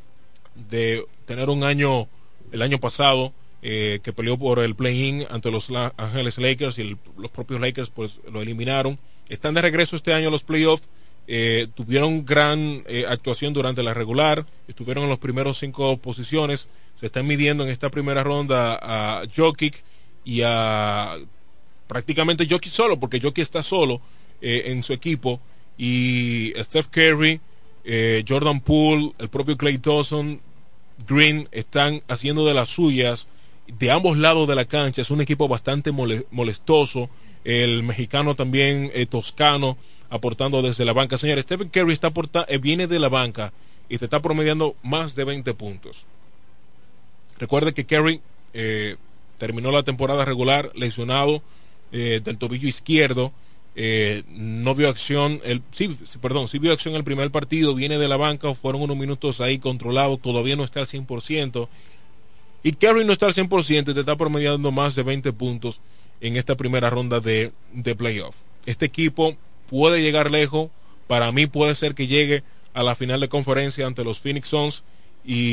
de tener un año, el año pasado, eh, que peleó por el play-in ante los Los Angeles Lakers, y el, los propios Lakers pues lo eliminaron. Están de regreso este año a los playoffs. Eh, tuvieron gran eh, actuación durante la regular, estuvieron en los primeros cinco posiciones. Se están midiendo en esta primera ronda a Jokic y a prácticamente Jokic solo, porque Jokic está solo eh, en su equipo, y Steph Curry, eh, Jordan Poole, el propio Klay Thompson, Green están haciendo de las suyas de ambos lados de la cancha. Es un equipo bastante mole- molestoso. El mexicano también, eh, Toscano, aportando desde la banca. Señores, Stephen Curry está aporta, eh, viene de la banca y te está promediando más de veinte puntos. Recuerde que Curry eh, terminó la temporada regular lesionado eh, del tobillo izquierdo. Eh, no vio acción, el, sí, perdón, sí vio acción el primer partido, viene de la banca, fueron unos minutos ahí controlados, todavía no está al cien por ciento. Y Curry no está al cien por ciento y te está promediando más de veinte puntos en esta primera ronda de, de playoff. Este equipo puede llegar lejos. Para mí puede ser que llegue a la final de conferencia ante los Phoenix Suns,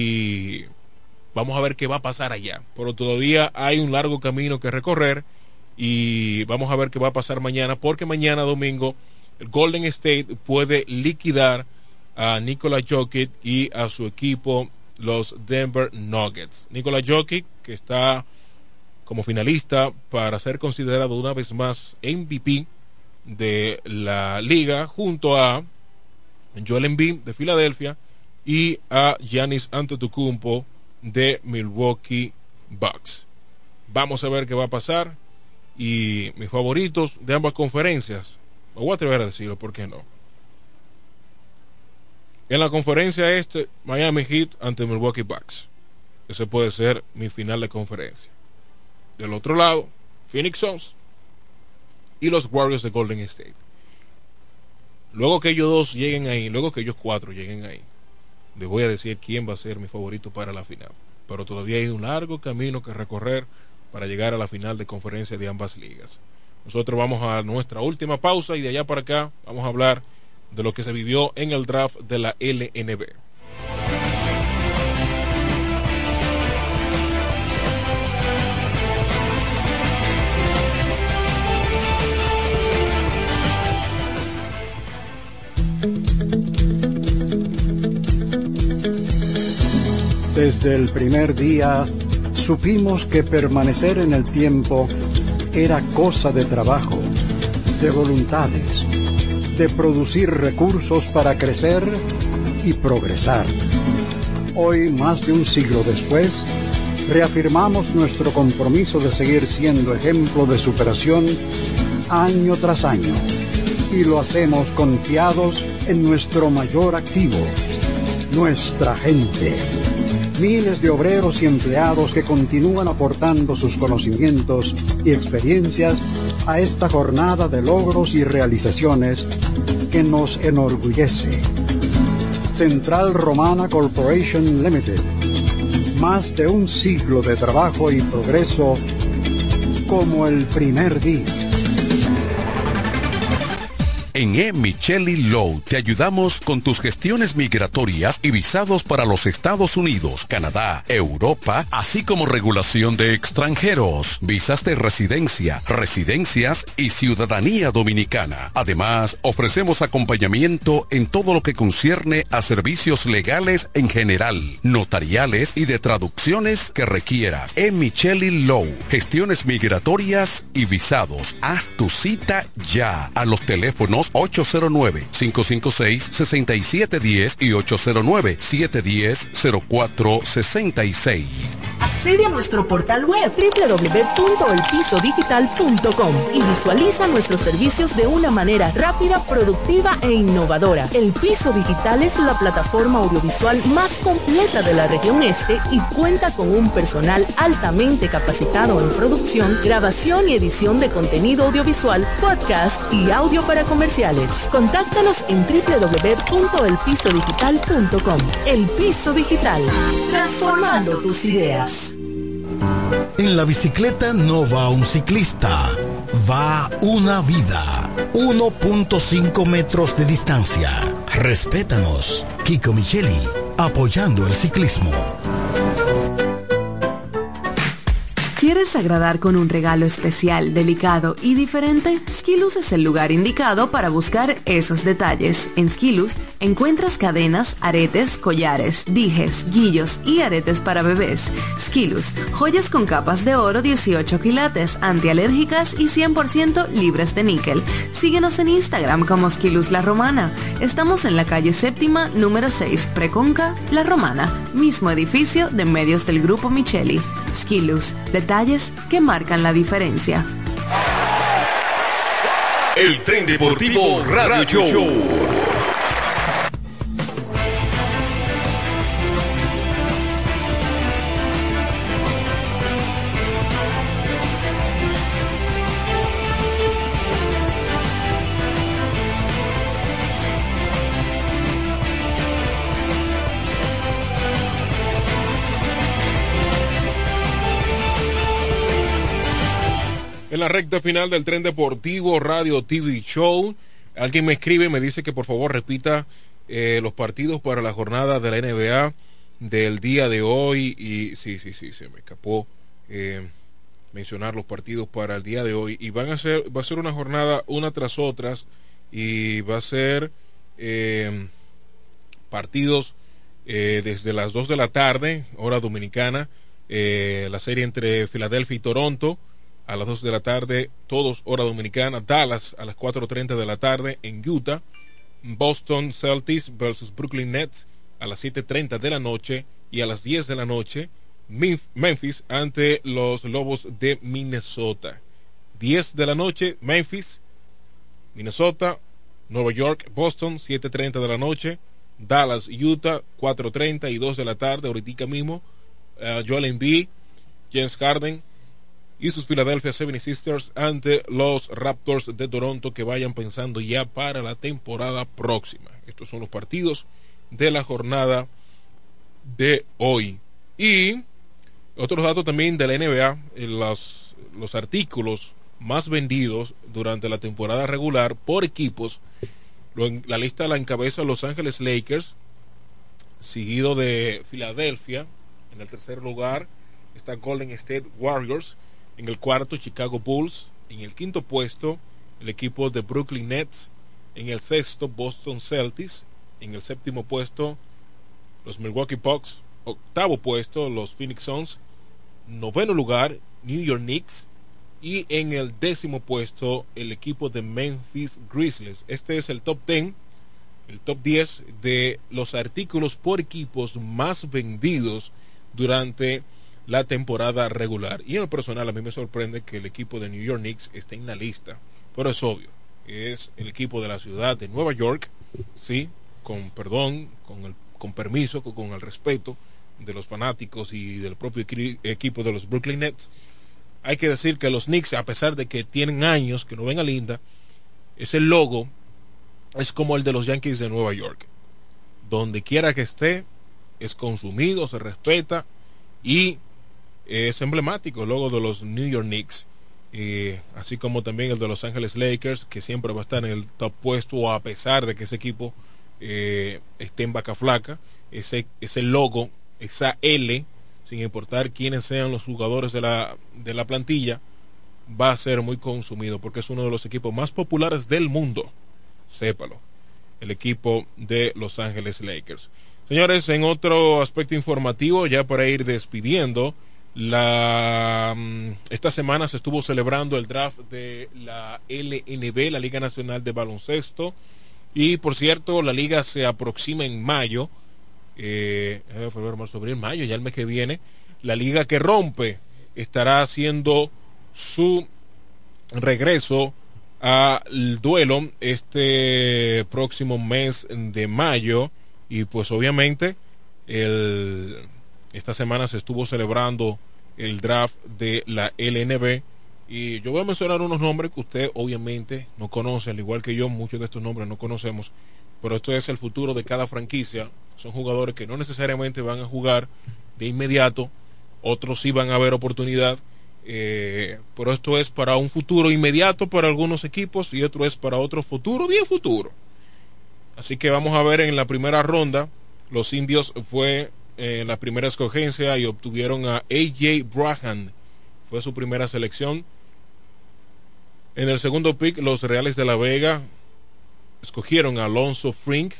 y vamos a ver qué va a pasar allá. Pero todavía hay un largo camino que recorrer, y vamos a ver qué va a pasar mañana, porque mañana domingo el Golden State puede liquidar a Nikola Jokic y a su equipo, los Denver Nuggets. Nikola Jokic, que está como finalista para ser considerado una vez más M V P de la liga, junto a Joel Embiid de Filadelfia y a Giannis Antetokounmpo de Milwaukee Bucks. Vamos a ver qué va a pasar, y mis favoritos de ambas conferencias, me voy a atrever a decirlo, ¿por qué no? En la conferencia este, Miami Heat ante Milwaukee Bucks. Ese puede ser mi final de conferencia. Del otro lado, Phoenix Suns y los Warriors de Golden State. Luego que ellos dos lleguen ahí, luego que ellos cuatro lleguen ahí, les voy a decir quién va a ser mi favorito para la final. Pero todavía hay un largo camino que recorrer para llegar a la final de conferencia de ambas ligas. Nosotros vamos a nuestra última pausa, y de allá para acá vamos a hablar de lo que se vivió en el draft de la L N B. Desde el primer día supimos que permanecer en el tiempo era cosa de trabajo, de voluntades, de producir recursos para crecer y progresar. Hoy, más de un siglo después, reafirmamos nuestro compromiso de seguir siendo ejemplo de superación año tras año, y lo hacemos confiados en nuestro mayor activo, nuestra gente. Miles de obreros y empleados que continúan aportando sus conocimientos y experiencias a esta jornada de logros y realizaciones que nos enorgullece. Central Romana Corporation Limited. Más de un siglo de trabajo y progreso como el primer día. En E. Micheli Law te ayudamos con tus gestiones migratorias y visados para los Estados Unidos, Canadá, Europa, así como regulación de extranjeros, visas de residencia, residencias y ciudadanía dominicana. Además, ofrecemos acompañamiento en todo lo que concierne a servicios legales en general, notariales y de traducciones que requieras. E. Micheli Law, gestiones migratorias y visados. Haz tu cita ya a los teléfonos ocho cero nueve, cinco cinco seis, seis siete uno cero y ocho cero nueve, siete uno cero, cero cuatro seis seis. Accede a nuestro portal web doble u doble u doble u punto el piso digital punto com y visualiza nuestros servicios de una manera rápida, productiva e innovadora. El Piso Digital es la plataforma audiovisual más completa de la región este y cuenta con un personal altamente capacitado en producción, grabación y edición de contenido audiovisual, podcast y audio para comerciales. Contáctanos en doble u doble u doble u punto el piso digital punto com. El Piso Digital, transformando tus ideas. En la bicicleta no va un ciclista, va una vida. uno punto cinco metros de distancia. Respétanos. Kiko Micheli, apoyando el ciclismo. ¿Quieres agradar con un regalo especial, delicado y diferente? Skilus es el lugar indicado para buscar esos detalles. En Skilus encuentras cadenas, aretes, collares, dijes, guillos y aretes para bebés. Skilus, joyas con capas de oro dieciocho quilates, antialérgicas y cien por ciento libres de níquel. Síguenos en Instagram como Skilus La Romana. Estamos en la calle séptima, número seis, Preconca, La Romana, mismo edificio de medios del Grupo Micheli. Skilus, detalles que marcan la diferencia. El Tren Deportivo Radio Show. En la recta final del Tren Deportivo Radio T V Show, alguien me escribe y me dice que por favor repita eh, los partidos para la jornada de la N B A del día de hoy. Y sí, sí, sí, se me escapó. Eh, mencionar los partidos para el día de hoy, y van a ser, va a ser una jornada una tras otras, y va a ser eh, partidos eh, desde las dos de la tarde, hora dominicana, eh, la serie entre Filadelfia y Toronto a las dos de la tarde, todos hora dominicana. Dallas a las cuatro treinta de la tarde en Utah. Boston Celtics versus Brooklyn Nets a las siete treinta de la noche, y a las diez de la noche Memphis ante los Lobos de Minnesota. diez de la noche Memphis, Minnesota, Nueva York, Boston. Siete treinta de la noche Dallas, Utah. Cuatro treinta y dos de la tarde ahorita mismo uh, Joel Embiid, James Harden y sus Philadelphia seventy-sixers ante los Raptors de Toronto, que vayan pensando ya para la temporada próxima. Estos son los partidos de la jornada de hoy. Y otros datos también de la N B A, los, los artículos más vendidos durante la temporada regular por equipos. Lo, la lista la encabeza Los Ángeles Lakers, seguido de Filadelfia. En el tercer lugar está Golden State Warriors. En el cuarto, Chicago Bulls. En el quinto puesto, el equipo de Brooklyn Nets. En el sexto, Boston Celtics. En el séptimo puesto, los Milwaukee Bucks. Octavo puesto, los Phoenix Suns. Noveno lugar, New York Knicks. Y en el décimo puesto, el equipo de Memphis Grizzlies. Este es el top diez, el top diez de los artículos por equipos más vendidos durante la temporada regular. Y en lo personal, a mí me sorprende que el equipo de New York Knicks esté en la lista, pero es obvio, es el equipo de la ciudad de Nueva York, sí, con perdón, con el con permiso, con, con el respeto de los fanáticos y del propio equi- equipo de los Brooklyn Nets. Hay que decir que los Knicks, a pesar de que tienen años que no ven a Linda, ese logo es como el de los Yankees de Nueva York. Donde quiera que esté, es consumido, se respeta y es emblemático el logo de los New York Knicks. Eh, así como también el de Los Ángeles Lakers, que siempre va a estar en el top puesto, a pesar de que ese equipo eh, esté en vaca flaca. Ese, ese logo, esa L, sin importar quiénes sean los jugadores de la, de la plantilla, va a ser muy consumido porque es uno de los equipos más populares del mundo. Sépalo, el equipo de Los Ángeles Lakers. Señores, en otro aspecto informativo, ya para ir despidiendo, la esta semana se estuvo celebrando el draft de la L N B, la Liga Nacional de Baloncesto, y por cierto, la liga se aproxima en mayo, eh, febrero, marzo, abril, mayo, ya el mes que viene, la liga que rompe estará haciendo su regreso al duelo este próximo mes de mayo, y pues obviamente el, esta semana se estuvo celebrando el draft de la L N B, y yo voy a mencionar unos nombres que usted obviamente no conoce, al igual que yo, muchos de estos nombres no conocemos, pero esto es el futuro de cada franquicia. Son jugadores que no necesariamente van a jugar de inmediato, otros sí van a haber oportunidad, eh, pero esto es para un futuro inmediato para algunos equipos y otro es para otro futuro, bien futuro. Así que vamos a ver en la primera ronda. Los Indios fue en eh, la primera escogencia y obtuvieron a A J Braham, fue su primera selección. En el segundo pick, los Reales de la Vega escogieron a Alonzo Frink.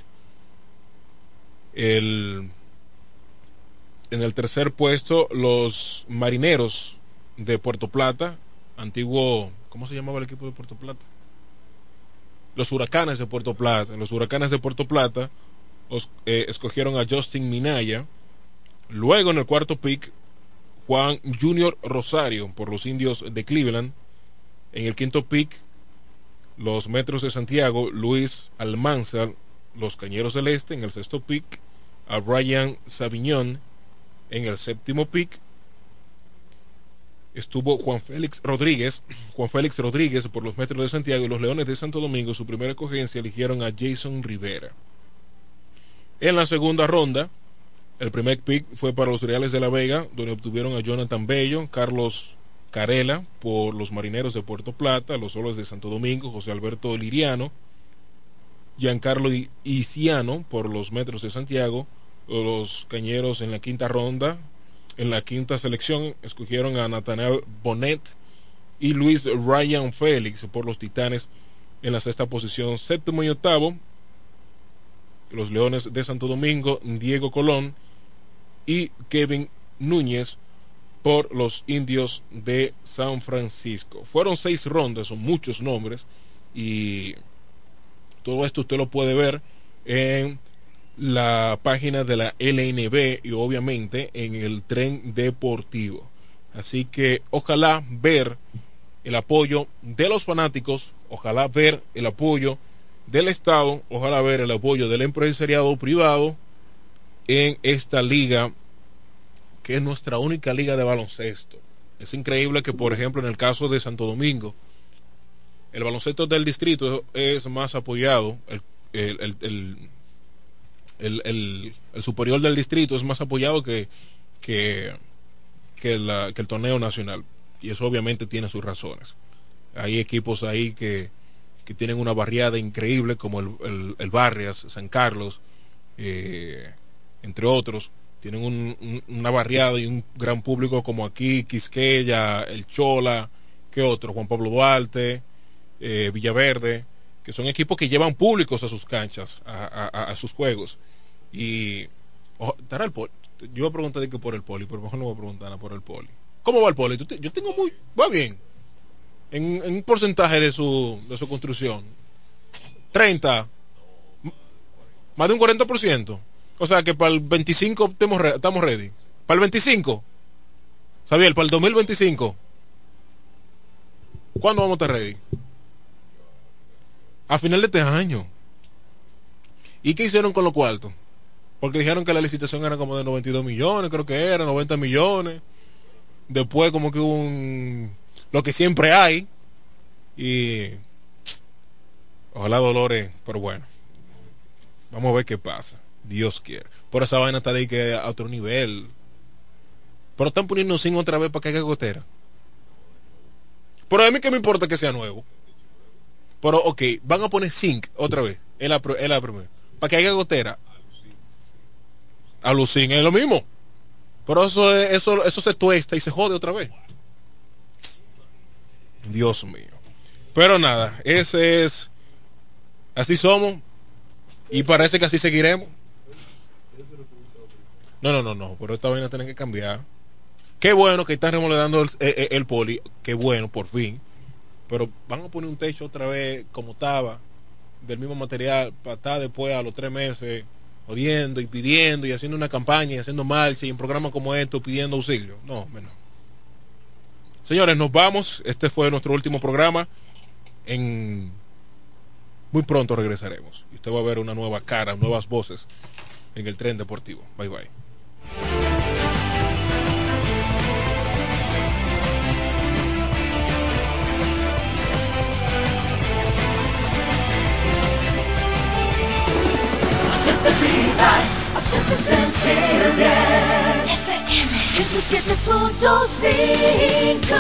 El, en el tercer puesto, los Marineros de Puerto Plata, antiguo, ¿cómo se llamaba el equipo de Puerto Plata? Los Huracanes de Puerto Plata. Los Huracanes de Puerto Plata os, eh, escogieron a Justin Minaya. Luego en el cuarto pick, Juan Junior Rosario por los Indios de Cleveland. En el quinto pick, los Metros de Santiago, Luis Almanzar, los Cañeros del Este. En el sexto pick, a Brian Saviñón. En el séptimo pick estuvo Juan Félix Rodríguez, Juan Félix Rodríguez por los Metros de Santiago, y los Leones de Santo Domingo, su primera escogencia, eligieron a Jason Rivera. En la segunda ronda, el primer pick fue para los Reales de la Vega, donde obtuvieron a Jonathan Bello, Carlos Carela por los Marineros de Puerto Plata, los Soles de Santo Domingo, José Alberto Liriano, Giancarlo Isiano por los Metros de Santiago, los Cañeros en la quinta ronda, En la quinta selección escogieron a Nathaniel Bonnet y Luis Ryan Félix por los Titanes. En la sexta posición, séptimo y octavo, los Leones de Santo Domingo, Diego Colón y Kevin Núñez por los Indios de San Francisco. Fueron seis rondas, son muchos nombres, y todo esto usted lo puede ver en la página de la L N B y obviamente en el Tren Deportivo. Así que ojalá ver el apoyo de los fanáticos, ojalá ver el apoyo del Estado, ojalá ver el apoyo del empresariado privado en esta liga, que es nuestra única liga de baloncesto. Es increíble que, por ejemplo, en el caso de Santo Domingo, el baloncesto del distrito es más apoyado, el, el, el, el, el, el, el superior del distrito es más apoyado que, que, que, la, que el torneo nacional, y eso obviamente tiene sus razones. Hay equipos ahí que, que tienen una barriada increíble, como el, el, el Barrias, San Carlos, eh, entre otros. Tienen un, un, una barriada y un gran público, como aquí Quisqueya, el Chola, ¿qué otro? Juan Pablo Duarte, eh, Villaverde, que son equipos que llevan públicos a sus canchas, a, a, a sus juegos. Y ojo, estará el poli. Yo voy a preguntar de que por el poli, pero mejor no voy a preguntar nada por el poli. ¿Cómo va el poli? Yo tengo muy, va bien en, en un porcentaje de su de su construcción, treinta, más de un cuarenta por ciento. O sea que para el veinticinco estamos, re, estamos ready. Para el veinticinco, Xavier, para el dos mil veinticinco, ¿cuándo vamos a estar ready? A final de este año. ¿Y qué hicieron con los cuartos? Porque dijeron que la licitación era como de noventa y dos millones, creo que era, noventa millones. Después como que hubo un... lo que siempre hay. Y... ojalá Dolores, pero bueno. Vamos a ver qué pasa. Dios quiere. Por esa vaina está de ahí que a otro nivel. Pero están poniendo zinc otra vez para que haya gotera. Pero a mí que me importa que sea nuevo. Pero ok, van a poner zinc otra vez. Es la, es la primera. Para que haya gotera. A los zinc es lo mismo. Pero eso, eso, eso se tuesta y se jode otra vez. Dios mío. Pero nada, ese es... así somos. Y parece que así seguiremos. No, no, no, no. Pero esta vaina tiene que cambiar. Qué bueno que están remodelando el, el, el poli. Qué bueno, por fin. Pero van a poner un techo otra vez como estaba, del mismo material, para estar después a los tres meses jodiendo y pidiendo y haciendo una campaña y haciendo marcha y un programa como esto pidiendo auxilio. No, menos. Señores, nos vamos. Este fue nuestro último programa. En muy pronto regresaremos y usted va a ver una nueva cara, nuevas voces en el Tren Deportivo. Bye bye. Hacerte vibrar, hacerte sentir bien. F M ciento siete punto cinco.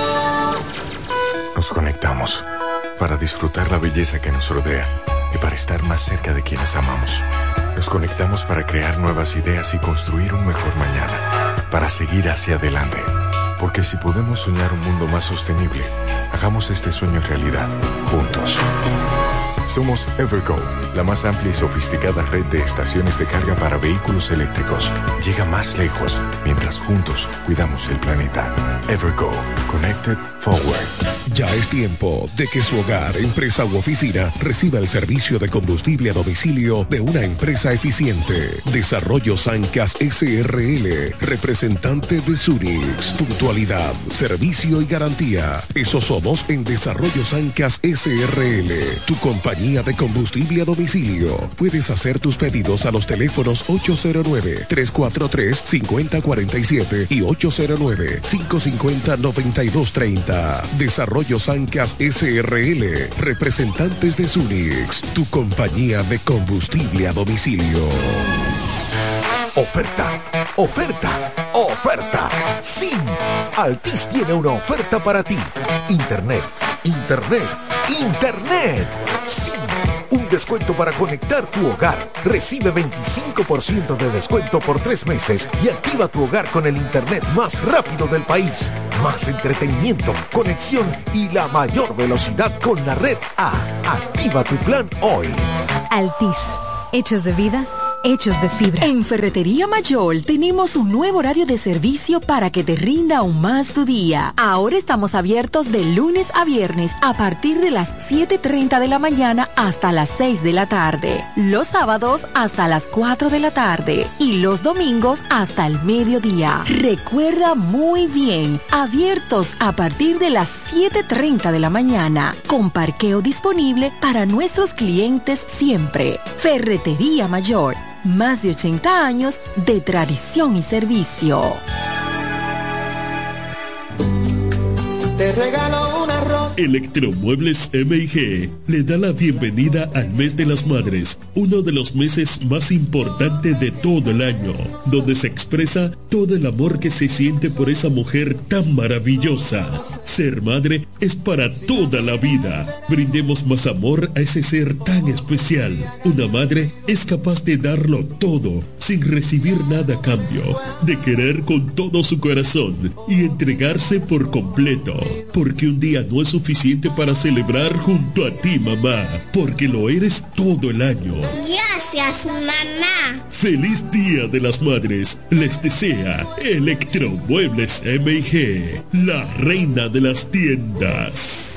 Nos conectamos para disfrutar la belleza que nos rodea y para estar más cerca de quienes amamos. Nos conectamos para crear nuevas ideas y construir un mejor mañana, para seguir hacia adelante. Porque si podemos soñar un mundo más sostenible, hagamos este sueño realidad, juntos. Somos Evergo, la más amplia y sofisticada red de estaciones de carga para vehículos eléctricos. Llega más lejos mientras juntos cuidamos el planeta. Evergo, Connected Forward. Ya es tiempo de que su hogar, empresa u oficina reciba el servicio de combustible a domicilio de una empresa eficiente. Desarrollo Sancas S R L, representante de Sunix. Puntualidad, servicio y garantía. Eso somos en Desarrollo Sancas S R L, tu compañía de combustible a domicilio. Puedes hacer tus pedidos a los teléfonos ocho cero nueve, tres cuatro tres, cinco cero cuatro siete y ocho cero nueve, cinco cinco cero, nueve dos tres cero. Desarrollo Sancas S R L, representantes de Sunix, tu compañía de combustible a domicilio. Oferta, oferta, oferta. Sí, Altis tiene una oferta para ti. Internet, internet, internet. Sí, un descuento para conectar tu hogar. Recibe veinticinco por ciento de descuento por tres meses y activa tu hogar con el internet más rápido del país. Más entretenimiento, conexión y la mayor velocidad con la red A. Activa tu plan hoy. Altis, hechos de vida, hechos de fibra. En Ferretería Mayor tenemos un nuevo horario de servicio para que te rinda aún más tu día. Ahora estamos abiertos de lunes a viernes a partir de las siete y treinta de la mañana hasta las seis de la tarde. Los sábados hasta las cuatro de la tarde y los domingos hasta el mediodía. Recuerda muy bien, abiertos a partir de las siete y treinta de la mañana, con parqueo disponible para nuestros clientes siempre. Ferretería Mayor. Más de ochenta años de tradición y servicio. Te regalo una rosa. Electromuebles M y G le da la bienvenida al mes de las madres, uno de los meses más importantes de todo el año, donde se expresa todo el amor que se siente por esa mujer tan maravillosa. Ser madre es para toda la vida. Brindemos más amor a ese ser tan especial. Una madre es capaz de darlo todo sin recibir nada a cambio, de querer con todo su corazón y entregarse por completo, porque un día no es suficiente para celebrar junto a ti, mamá, porque lo eres todo el año. Gracias, mamá. Feliz Día de las Madres les desea Electromuebles M y G, la reina de las tiendas.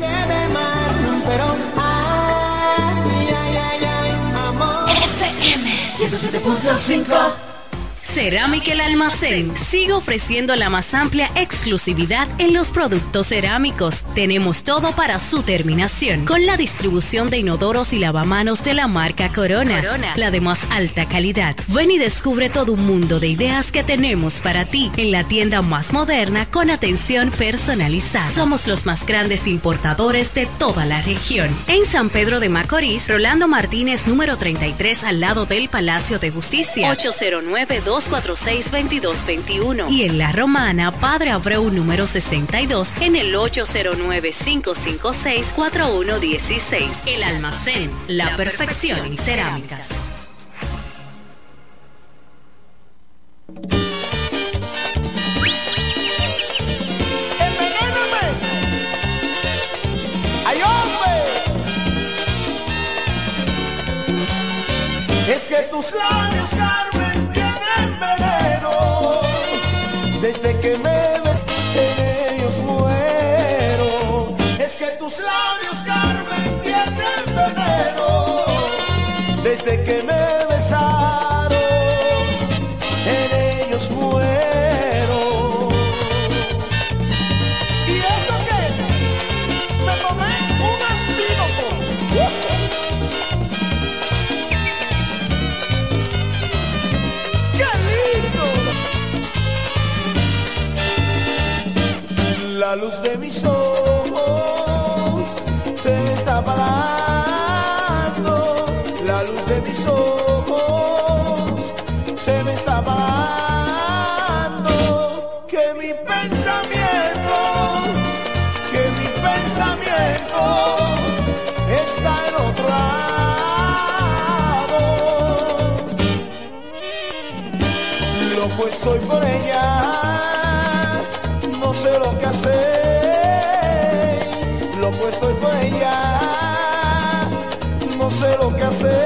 F M ciento siete punto cinco. Cerámica El Almacén sigue ofreciendo la más amplia exclusividad en los productos cerámicos. Tenemos todo para su terminación, con la distribución de inodoros y lavamanos de la marca Corona, Corona, la de más alta calidad. Ven y descubre todo un mundo de ideas que tenemos para ti en la tienda más moderna con atención personalizada. Somos los más grandes importadores de toda la región. En San Pedro de Macorís, Rolando Martínez número treinta y tres al lado del Palacio de Justicia, ocho cero nueve, dos cuatro seis, veintidós veintiuno, y en La Romana, Padre Abreu número sesenta y dos en el ocho cero nueve, cinco cinco seis, cuatro uno uno seis. El Almacén, la perfección en cerámicas. Es que tus labios, Carmen, tienen veneno. Desde que me ves en ellos muero. Es que tus labios, Carmen, tienen veneno. Desde que me besaron, en ellos muero. ¿Y eso qué? Me tomé un antídoto. La luz de mis ojos se me está apagando. La luz de mis ojos se me está apagando. Que mi pensamiento, que mi pensamiento está en otro lado. Loco estoy por ella. No sé lo que hacer, loco estoy por ella, no sé lo que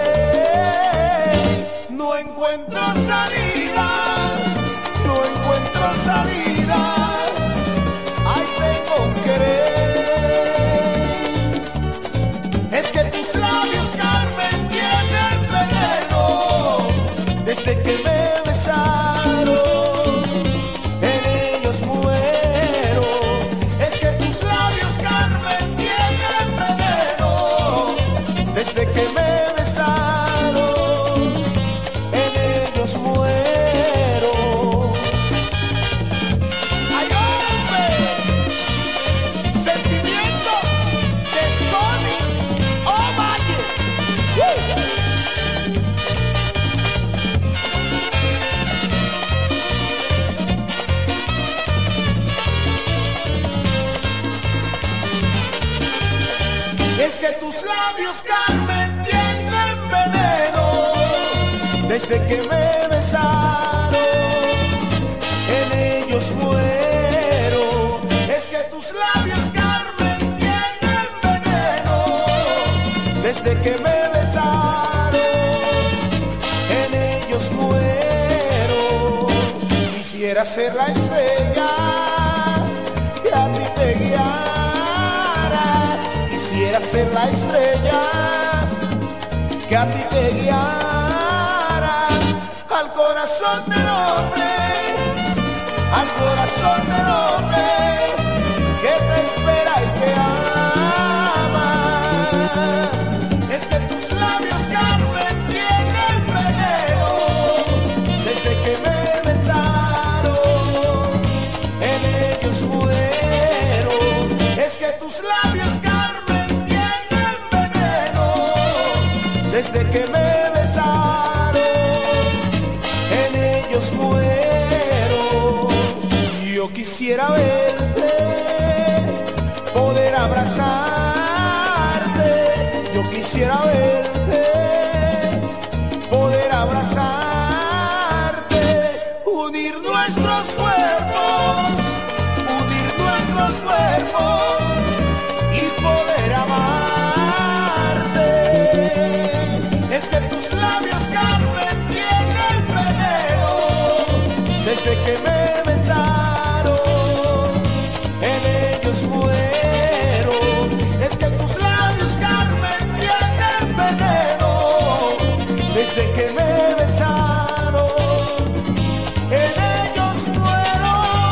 hacer, no encuentro salida, no encuentro salida, ay tengo que querer, es que tus labios, Carmen, tienen veneno, desde que me besaron. Desde que me besaron, en ellos muero. desde que me besaron, en ellos muero. Es que tus labios, Carmen, tienen veneno, desde que me besaron, en ellos muero. Quisiera ser la estrella que a ti te guiara, quisiera ser la estrella que a ti te guiara, al corazón del hombre, al corazón del hombre que te espera y te ama. Es que tus labios, Carmen, tienen veneno, desde que me besaron, en ellos muero. Es que tus labios, Carmen, tienen veneno, desde que me besaron, en ellos muero. Yo quisiera verte, poder abrazarte. Yo quisiera verte, poder abrazarte, unir nuestros cuerpos, unir nuestros cuerpos y poder amarte. Es que tus labios, Carmen, tienen veneno, desde que me besaron, en ellos muero. Es que tus labios, Carmen, tienen veneno, desde que me besaron, en ellos muero.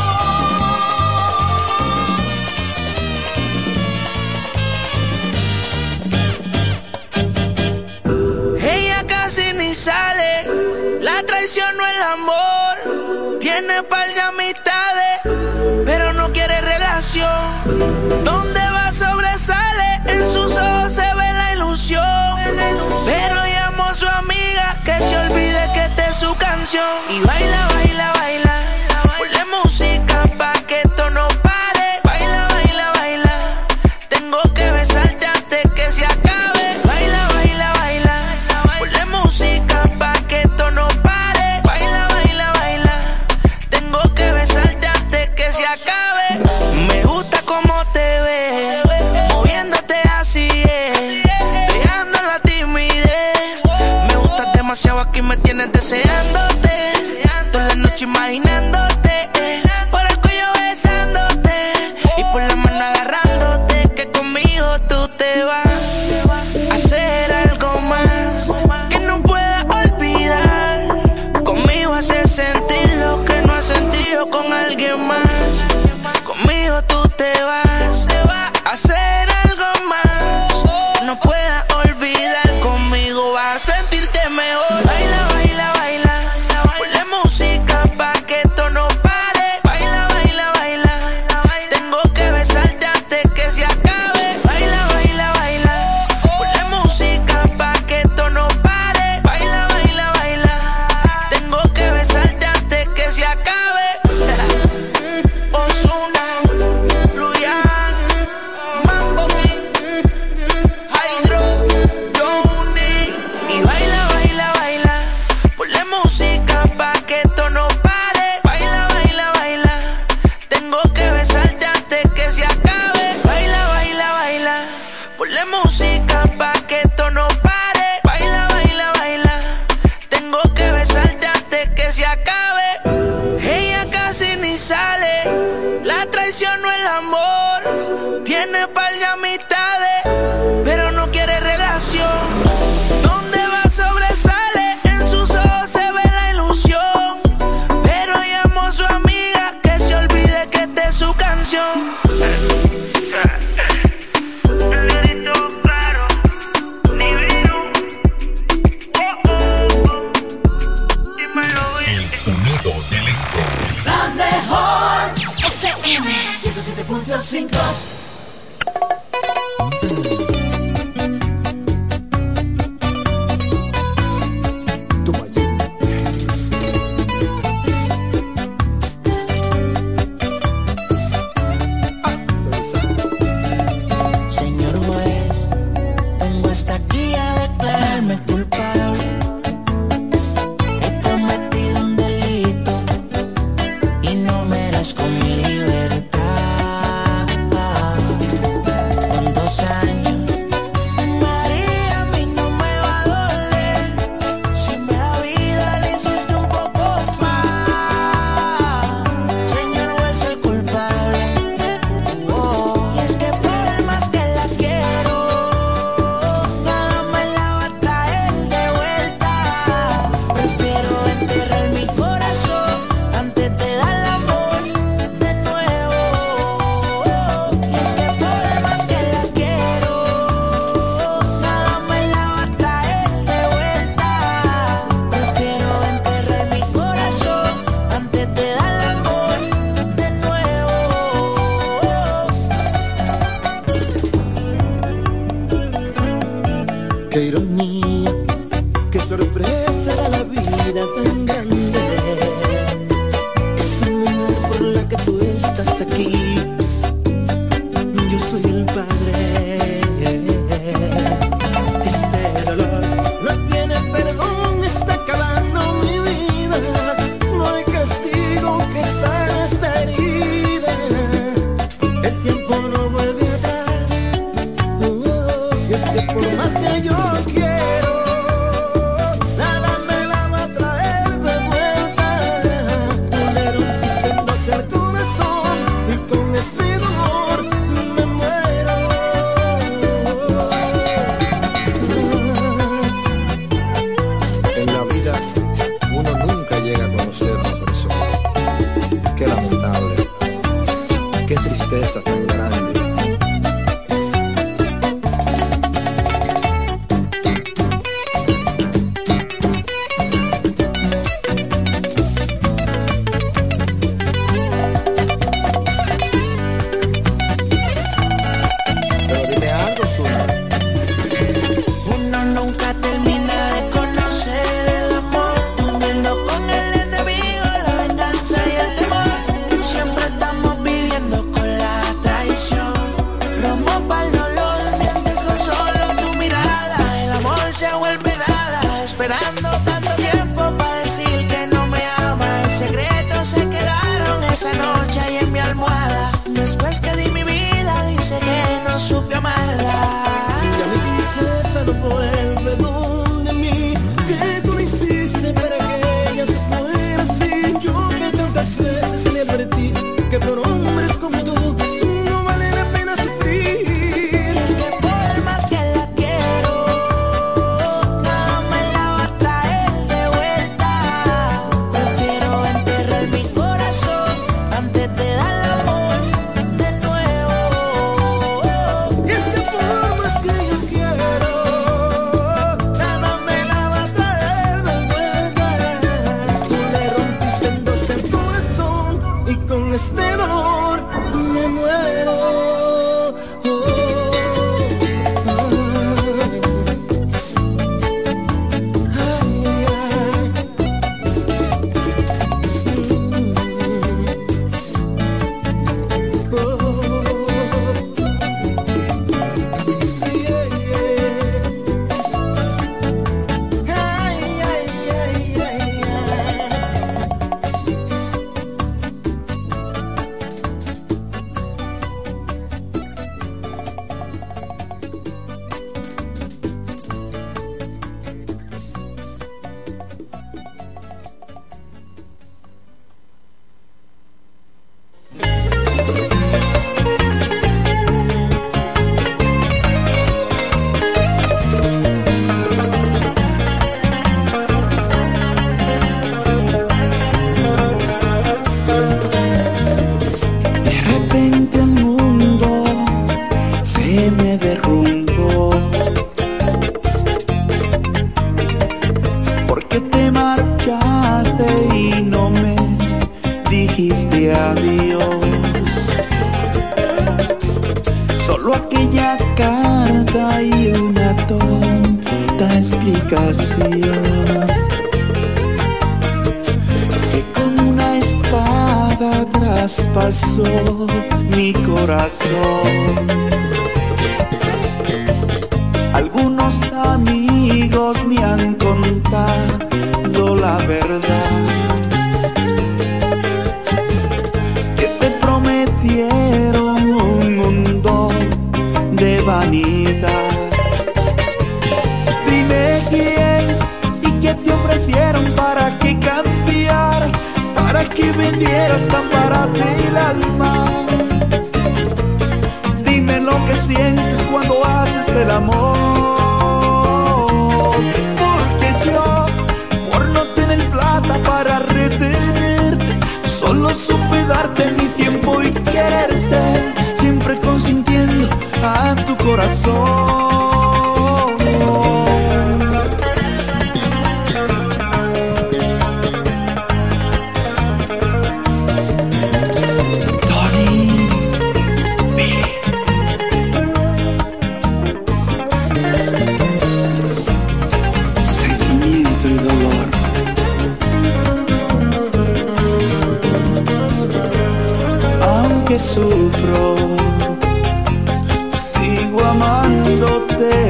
Ella casi ni sale, la traición no el amor. Tiene par de amistades, pero no quiere relación. Donde va sobresale, en sus ojos se ve la ilusión. Pero llamó a su amiga que se olvide que esta es su canción. Y baila, baila, baila, ponle música pa' que esto no pare. Baila, baila, baila, tengo que besarte antes que se acabe. Baila, baila, baila, ponle música pa' que esto no pare. Baila, baila, baila, tengo que besarte antes que se acabe. Me gusta cómo te ves, moviéndote así es, dejando la timidez. Me gustas demasiado, aquí me tienes deseándote, toda la noche imaginándote, por el cuello besándote y por la mano agarrándote, que conmigo tú te vas a hacer algo más que no puedas olvidar. Conmigo haces sentir lo que no has sentido con alguien más. Conmigo tú te vas a hacer algo más que no puedas olvidar. Conmigo vas a sentirte mejor. Baila, baila, baila, ponle música pa' que esto no pare. Baila, baila, baila, tengo que besarte antes que se acabe. Baila, baila, baila, ponle música pa' que esto no pare. Baila, baila, baila, tengo que besarte antes que se acabe. Ozuna, Luyan, Mambo King, Hydro, Johnny. Y baila, baila, baila, ponle música pa' que esto no pare. Baila, baila, baila, tengo que besarte antes que se acabe. Baila, baila, baila, ponle música pa' que esto no pare. Baila, baila, baila, tengo que besarte antes que se acabe. Ella casi ni sale, la traición no el amor. Tiene par de amistades, pero no quiere relación. Donde va sobresale, en sus ojos se ve la ilusión. Pero llamó a su amiga que se olvide que esta es su canción. El sonido del esto. La mejor F M ciento siete punto cinco. Vengo hasta aquí a declararme culpable explicación, que con una espada traspasó mi corazón. Algunos amigos me han contado la verdad, que te prometieron un mundo de vanidad. Dime quién y qué te ofrecieron para que cambiaras, para que vendieras tan barato el alma. Dime lo que sientes cuando haces el amor, porque yo, por no tener plata para retenerte, solo supe darte mi tiempo y quererte, siempre consintiendo a tu corazón. Sufro, sigo amándote,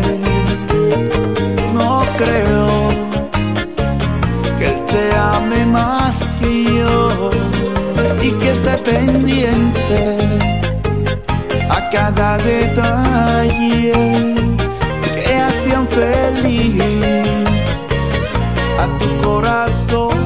no creo que él te ame más que yo y que esté pendiente a cada detalle que hacían feliz a tu corazón.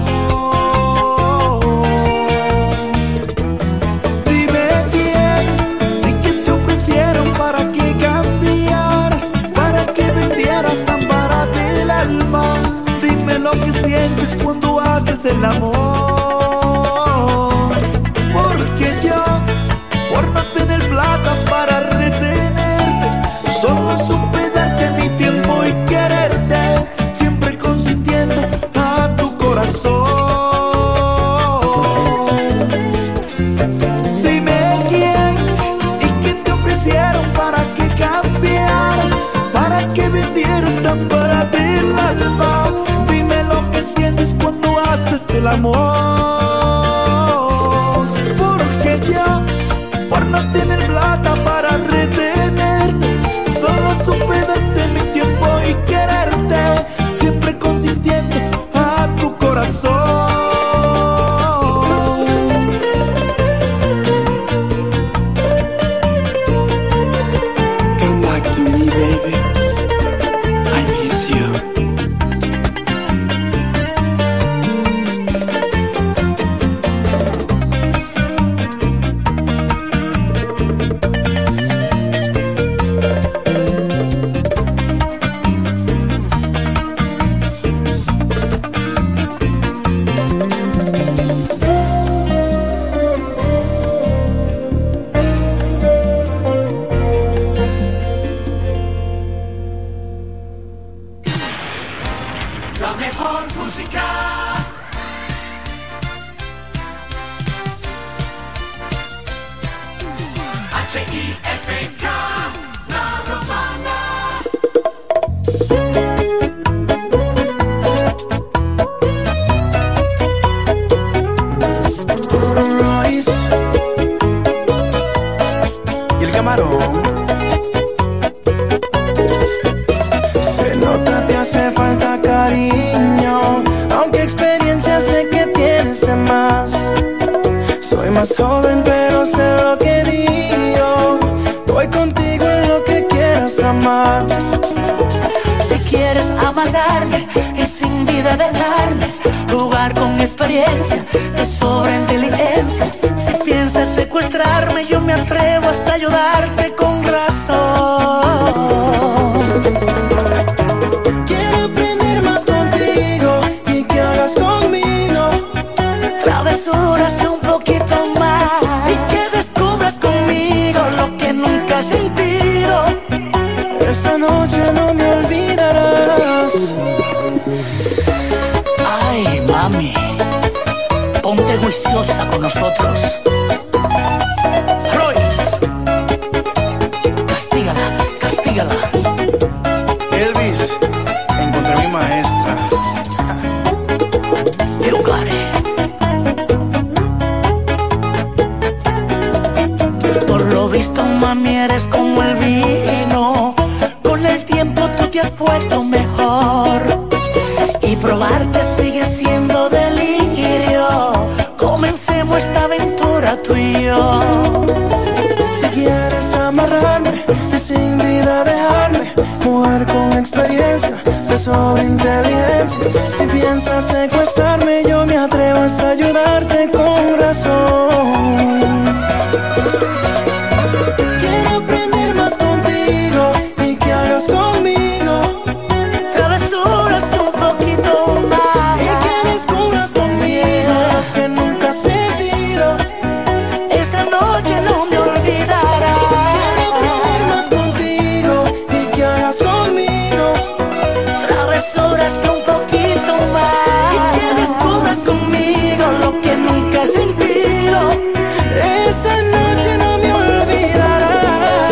Dime lo que sientes cuando haces el amor, porque yo, por no tener plata para retenerte, solo supe darte mi tiempo y quererte, siempre consintiendo a tu corazón. Dime quién y qué te ofrecieron para que cambiaras, para que vendieras tan barato el alma. Dime lo que sientes cuando haces el amor, porque yo, por no tener plata para retenerte, solo supe darte mi tiempo y quererte, siempre consintiendo a tu corazón. Come back to me, baby. I miss you. La mejor música. H I F K, La Romana. Royce y el camarón. Se nota, te hace falta cariño, aunque experiencia sé que tienes de más. Soy más joven pero sé lo que digo, voy contigo en lo que quieras amar. Si quieres amargarme y sin vida dejarme, jugar con experiencia, te sobra inteligencia. Si piensas secuestrarme, yo me atrevo hasta ayudarte con razón. Quiero aprender más contigo y que hagas conmigo travesuras que un poquito más, y que descubras conmigo lo que nunca has sentido. Esta noche no me olvidarás. Ay, mami, ponte juiciosa con nosotros. Royce, castígala, castígala. Elvis, encontré mi Si piensas secuestrarme, yo me atrevo hasta ayudarte con razón. Quiero aprender más contigo y que hagas conmigo travesuras un poquito más, y que descubras conmigo lo que nunca has sentido. Esta noche no me olvidará. Quiero aprender más contigo y que hagas conmigo travesuras que un poquito más, y que descubras conmigo lo que nunca he sentido. Esa noche no me olvidará.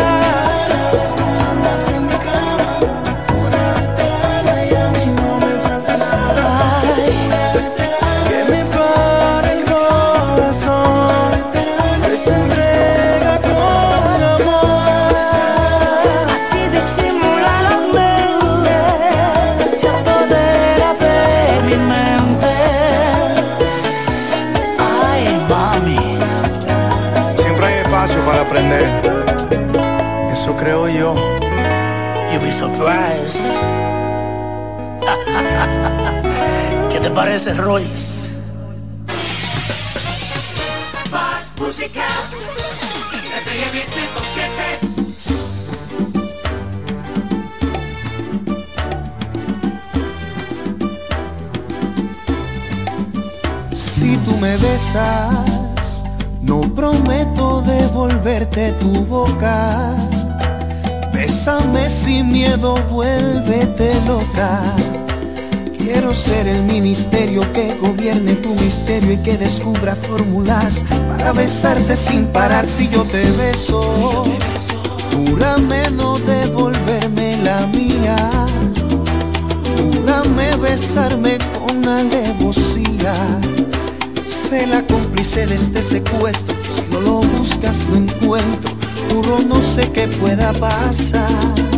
Andas en mi cama, una veterana, y a mí no me falta nada. Que me para el corazón, que se entrega con amor. Así disimuladamente se apodera de mi mente. Ay, mami. Siempre hay espacio para aprender. Eso creo yo. You'll be surprised. ¿Qué te parece, Royce? Más música. F M ciento siete. Si tú me besas, no prometo devolverte tu boca. Bésame sin miedo, vuélvete loca. Quiero ser el ministerio que gobierne tu misterio y que descubra fórmulas para besarte sin parar. Si yo te beso, júrame no devolverme la mía. Júrame besarme con alevosía. Sé la cómplice de este secuestro. Si no lo buscas no encuentro. Juro no sé qué pueda pasar.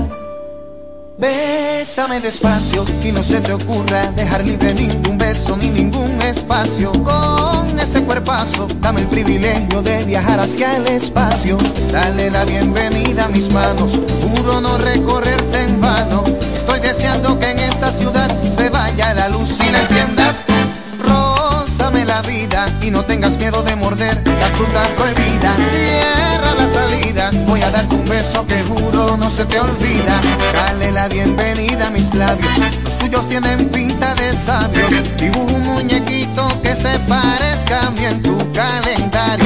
Bésame despacio y no se te ocurra dejar libre ningún beso ni ningún espacio. Con ese cuerpazo dame el privilegio de viajar hacia el espacio. Dale la bienvenida a mis manos, juro no recorrerte en vano. Estoy deseando que en esta ciudad se vaya la luz y la enciendas tú. Rózame la vida y no tengas miedo de morder la fruta prohibida. Cierra las salidas, voy a darte un beso que juro no se te olvida. Dale la bienvenida a mis labios, los tuyos tienen pinta de sabios. Dibujo un muñequito que se parezca a mí en tu calendario.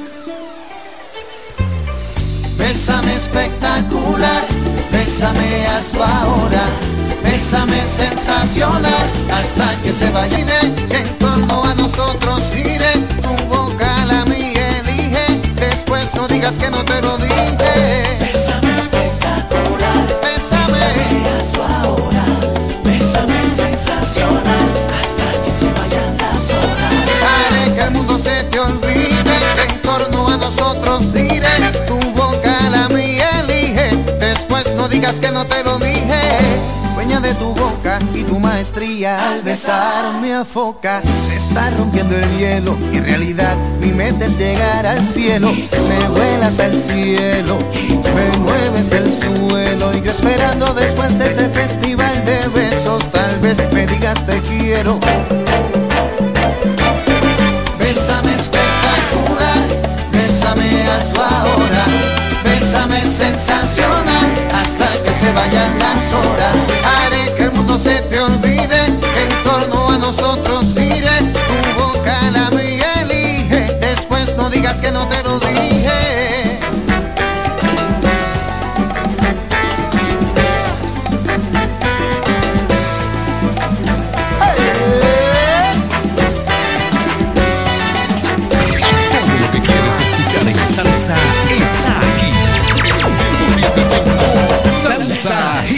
Bésame espectacular, bésame hazlo ahora. Bésame sensacional hasta que se vaya y de que en torno a nosotros gire. Tu boca la mía elige, después no digas que no te lo dije. Bésame espectacular, Bésame, bésame hazlo ahora. Bésame sensacional hasta que se vayan las horas. haré que el mundo se te olvide, que en torno a nosotros gire. Tu boca la mía elige, después no digas que no te lo dije. Dueña de tu boca y tu maestría al besarme afoca. Se está rompiendo el hielo y en realidad mi mente es llegar al cielo. Me vuelas al cielo, me mueves el suelo. Y yo esperando después de ese festival de besos, tal vez me digas te quiero. Bésame espectacular, bésame hazlo ahora. Bésame sensacional hasta que se vayan las horas. Haré que el mundo se te olvide, en torno a nosotros iré. Tu boca la mía elige, después no digas que no te lo dije. Todo lo que quieres escuchar en salsa está aquí. ciento siete punto cinco Salsa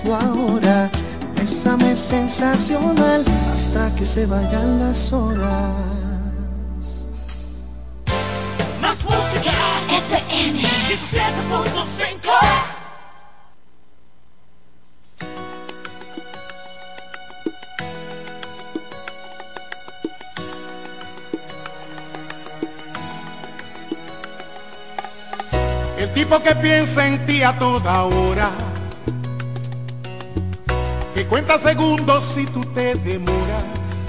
beso ahora. Bésame sensacional hasta que se vayan las horas. Más música, F M siete punto cinco. El tipo que piensa en ti a toda hora, que cuenta segundos si tú te demoras,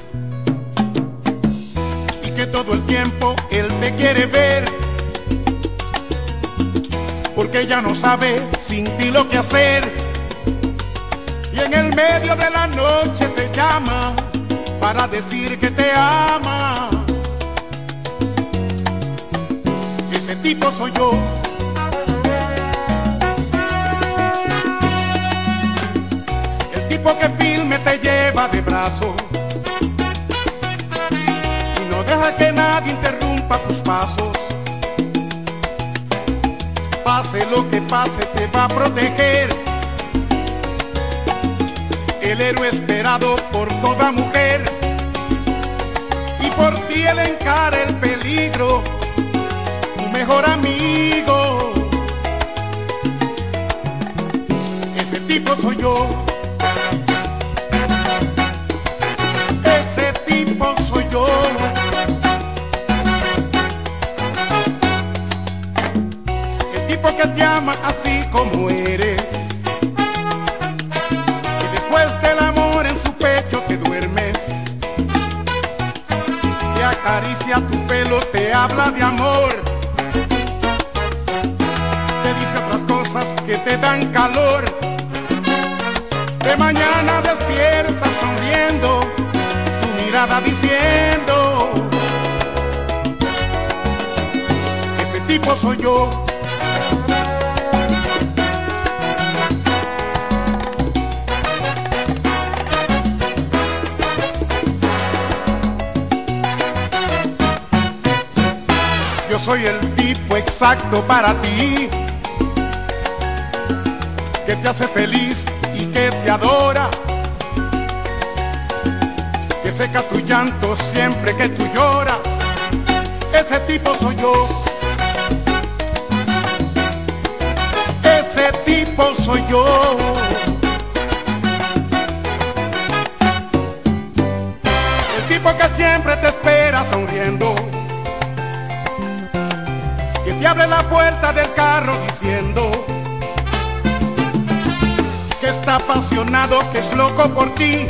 y que todo el tiempo él te quiere ver, porque ya no sabe sin ti lo que hacer, y en el medio de la noche te llama para decir que te ama. Ese tipo soy yo. Que firme te lleva de brazo y no deja que nadie interrumpa tus pasos. Pase lo que pase, te va a proteger. El héroe esperado por toda mujer, y por ti él encara el peligro, tu mejor amigo. Ese tipo soy yo. Soy yo. El tipo que te ama así como eres, que después del amor en su pecho te duermes, te acaricia tu pelo, te habla de amor, te dice otras cosas que te dan calor. De mañana despiertas sonriendo, diciendo, ese tipo soy yo. Yo soy el tipo exacto para ti, que te hace feliz y que te adora, que seca tu llanto siempre que tú lloras. Ese tipo soy yo. Ese tipo soy yo. El tipo que siempre te espera sonriendo, que te abre la puerta del carro diciendo que está apasionado, que es loco por ti.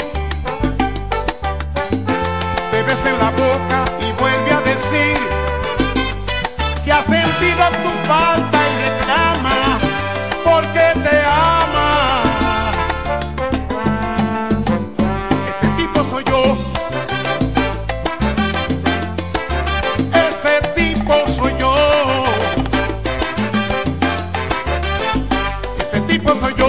Te besa en la boca y vuelve a decir que ha sentido tu falta y reclama porque te ama. Ese tipo soy yo. Ese tipo soy yo. Ese tipo soy yo.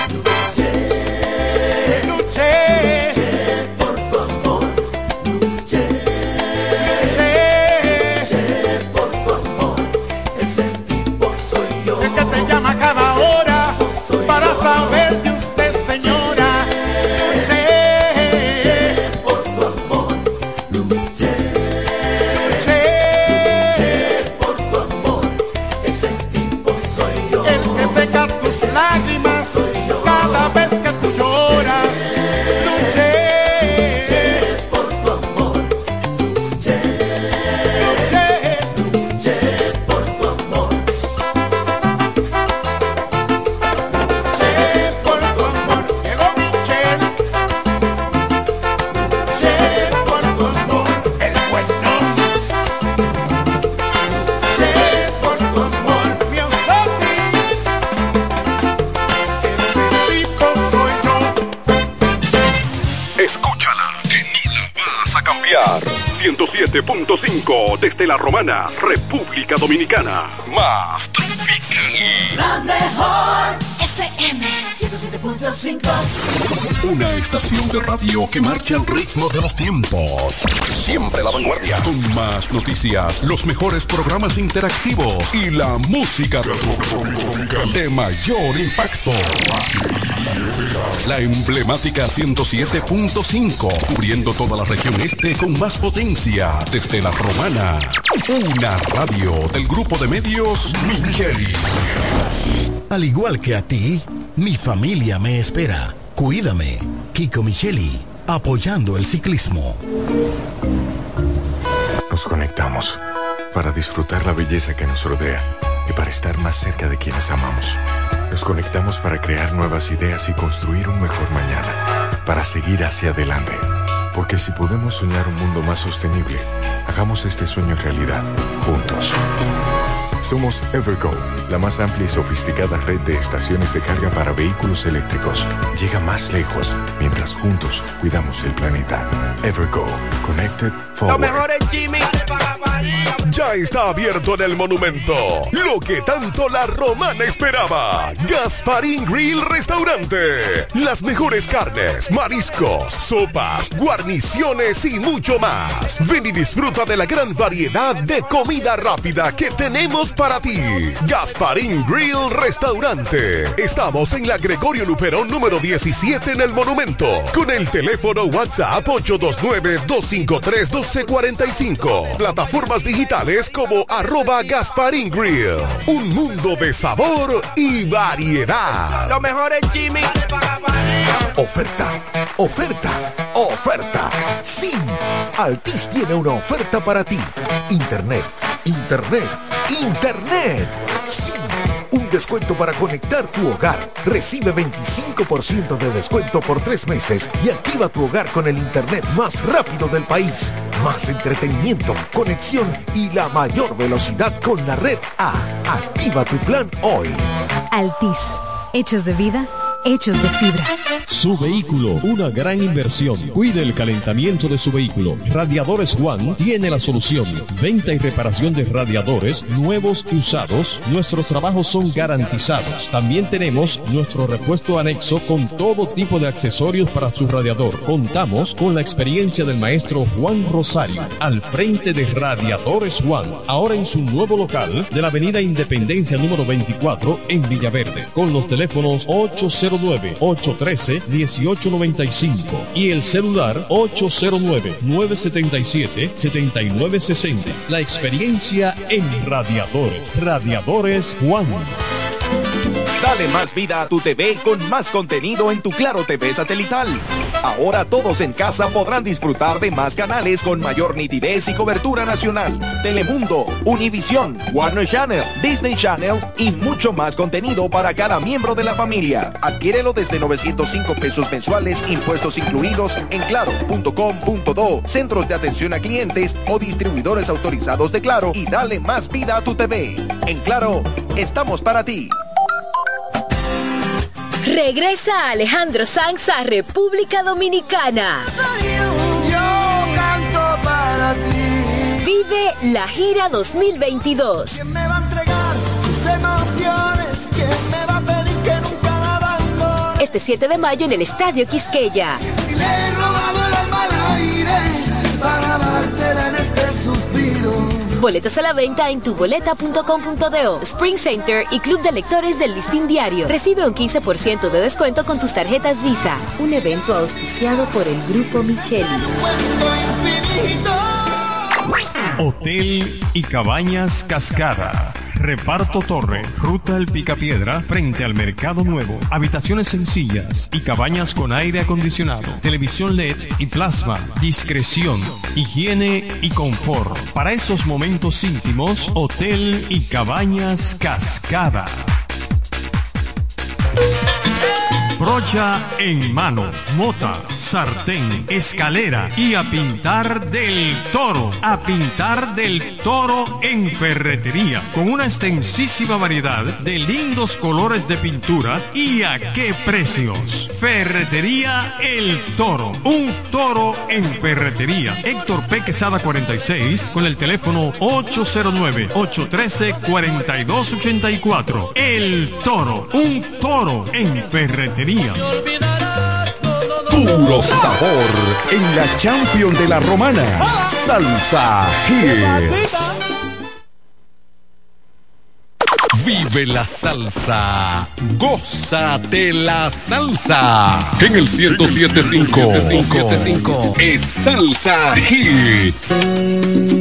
ciento siete punto cinco desde La Romana, República Dominicana. Más tropical. La mejor F M ciento siete punto cinco. Una estación de radio que marcha al ritmo de los tiempos. Siempre a la vanguardia. Con más noticias, los mejores programas interactivos y la música de mayor impacto. La emblemática ciento siete punto cinco, cubriendo toda la región este con más potencia desde La Romana. Una radio del grupo de medios Micheli. Al igual que a ti, mi familia me espera. Cuídame, Kiko Micheli, apoyando el ciclismo. Nos conectamos para disfrutar la belleza que nos rodea y para estar más cerca de quienes amamos. Nos conectamos para crear nuevas ideas y construir un mejor mañana, para seguir hacia adelante. Porque si podemos soñar un mundo más sostenible, hagamos este sueño realidad, juntos. Somos Evergo, la más amplia y sofisticada red de estaciones de carga para vehículos eléctricos. Llega más lejos mientras juntos cuidamos el planeta. Evergo, Connected Forward. Lo mejor es Jimmy. Ya está abierto en el Monumento lo que tanto la Romana esperaba. Gasparín Grill Restaurante. Las mejores carnes, mariscos, sopas, guarniciones y mucho más. Ven y disfruta de la gran variedad de comida rápida que tenemos para ti. Gasparín Grill Restaurante. Estamos en la Gregorio Luperón número diecisiete en el Monumento. Con el teléfono WhatsApp ocho dos nueve, dos cinco tres, uno dos cuatro cinco. Plataformas digitales como arroba Gasparín Grill. Un mundo de sabor y variedad. Lo mejor es Jimmy. Oferta, oferta, oferta. Sí, Altis tiene una oferta para ti. Internet, internet, internet. Sí, un descuento para conectar tu hogar. Recibe veinticinco por ciento de descuento por tres meses y activa tu hogar con el internet más rápido del país. Más entretenimiento, conexión y la mayor velocidad con la red A. Activa tu plan hoy. Altis, hechos de vida, hechos de fibra. Su vehículo, una gran inversión. Cuide el calentamiento de su vehículo. Radiadores One tiene la solución. Venta y reparación de radiadores nuevos y usados. Nuestros trabajos son garantizados. También tenemos nuestro repuesto anexo con todo tipo de accesorios para su radiador. Contamos con la experiencia del maestro Juan Rosario al frente de Radiadores One. Ahora en su nuevo local de la avenida Independencia número veinticuatro en Villaverde. Con los teléfonos ocho cero nueve, ocho uno tres, uno ocho nueve cinco y el celular ocho cero nueve, nueve siete siete, siete nueve seis cero. La experiencia en radiadores. Radiadores Juan. Dale más vida a tu T V con más contenido en tu Claro T V satelital. Ahora todos en casa podrán disfrutar de más canales con mayor nitidez y cobertura nacional. Telemundo, Univisión, Warner Channel, Disney Channel y mucho más contenido para cada miembro de la familia. Adquiérelo desde novecientos cinco pesos mensuales, impuestos incluidos, en claro punto com punto do, centros de atención a clientes o distribuidores autorizados de Claro, y dale más vida a tu T V. En Claro, estamos para ti. Regresa Alejandro Sanz a República Dominicana. Yo canto para ti. Vive la gira dos mil veintidós. ¿Quién me va a entregar sus emociones? ¿Quién me va a pedir que nunca la abandone? Este siete de mayo en el Estadio Quisqueya. Y le he robado el alma al aire para dártela en este suspiro. Boletos a la venta en tuboleta punto com punto do. Spring Center y Club de Lectores del Listín Diario. Recibe un quince por ciento de descuento con tus tarjetas Visa. Un evento auspiciado por el Grupo Micheli. Hotel y Cabañas Cascada. Reparto Torre, Ruta El Picapiedra, frente al Mercado Nuevo. Habitaciones sencillas y cabañas con aire acondicionado, televisión L E D y plasma, discreción, higiene y confort. Para esos momentos íntimos, Hotel y Cabañas Cascada. Brocha en mano, mota, sartén, escalera y a pintar del toro. A pintar del toro en ferretería, con una extensísima variedad de lindos colores de pintura y a qué precios. Ferretería El Toro, un toro en ferretería. Héctor P. Quesada cuarenta y seis con el teléfono ocho cero nueve, ocho uno tres, cuatro dos ocho cuatro. El Toro, un toro en ferretería. Puro sabor en la Champions de la Romana. Salsa Hits. Vive la salsa. Gózate la salsa. En el ciento siete punto cinco es Salsa Hits.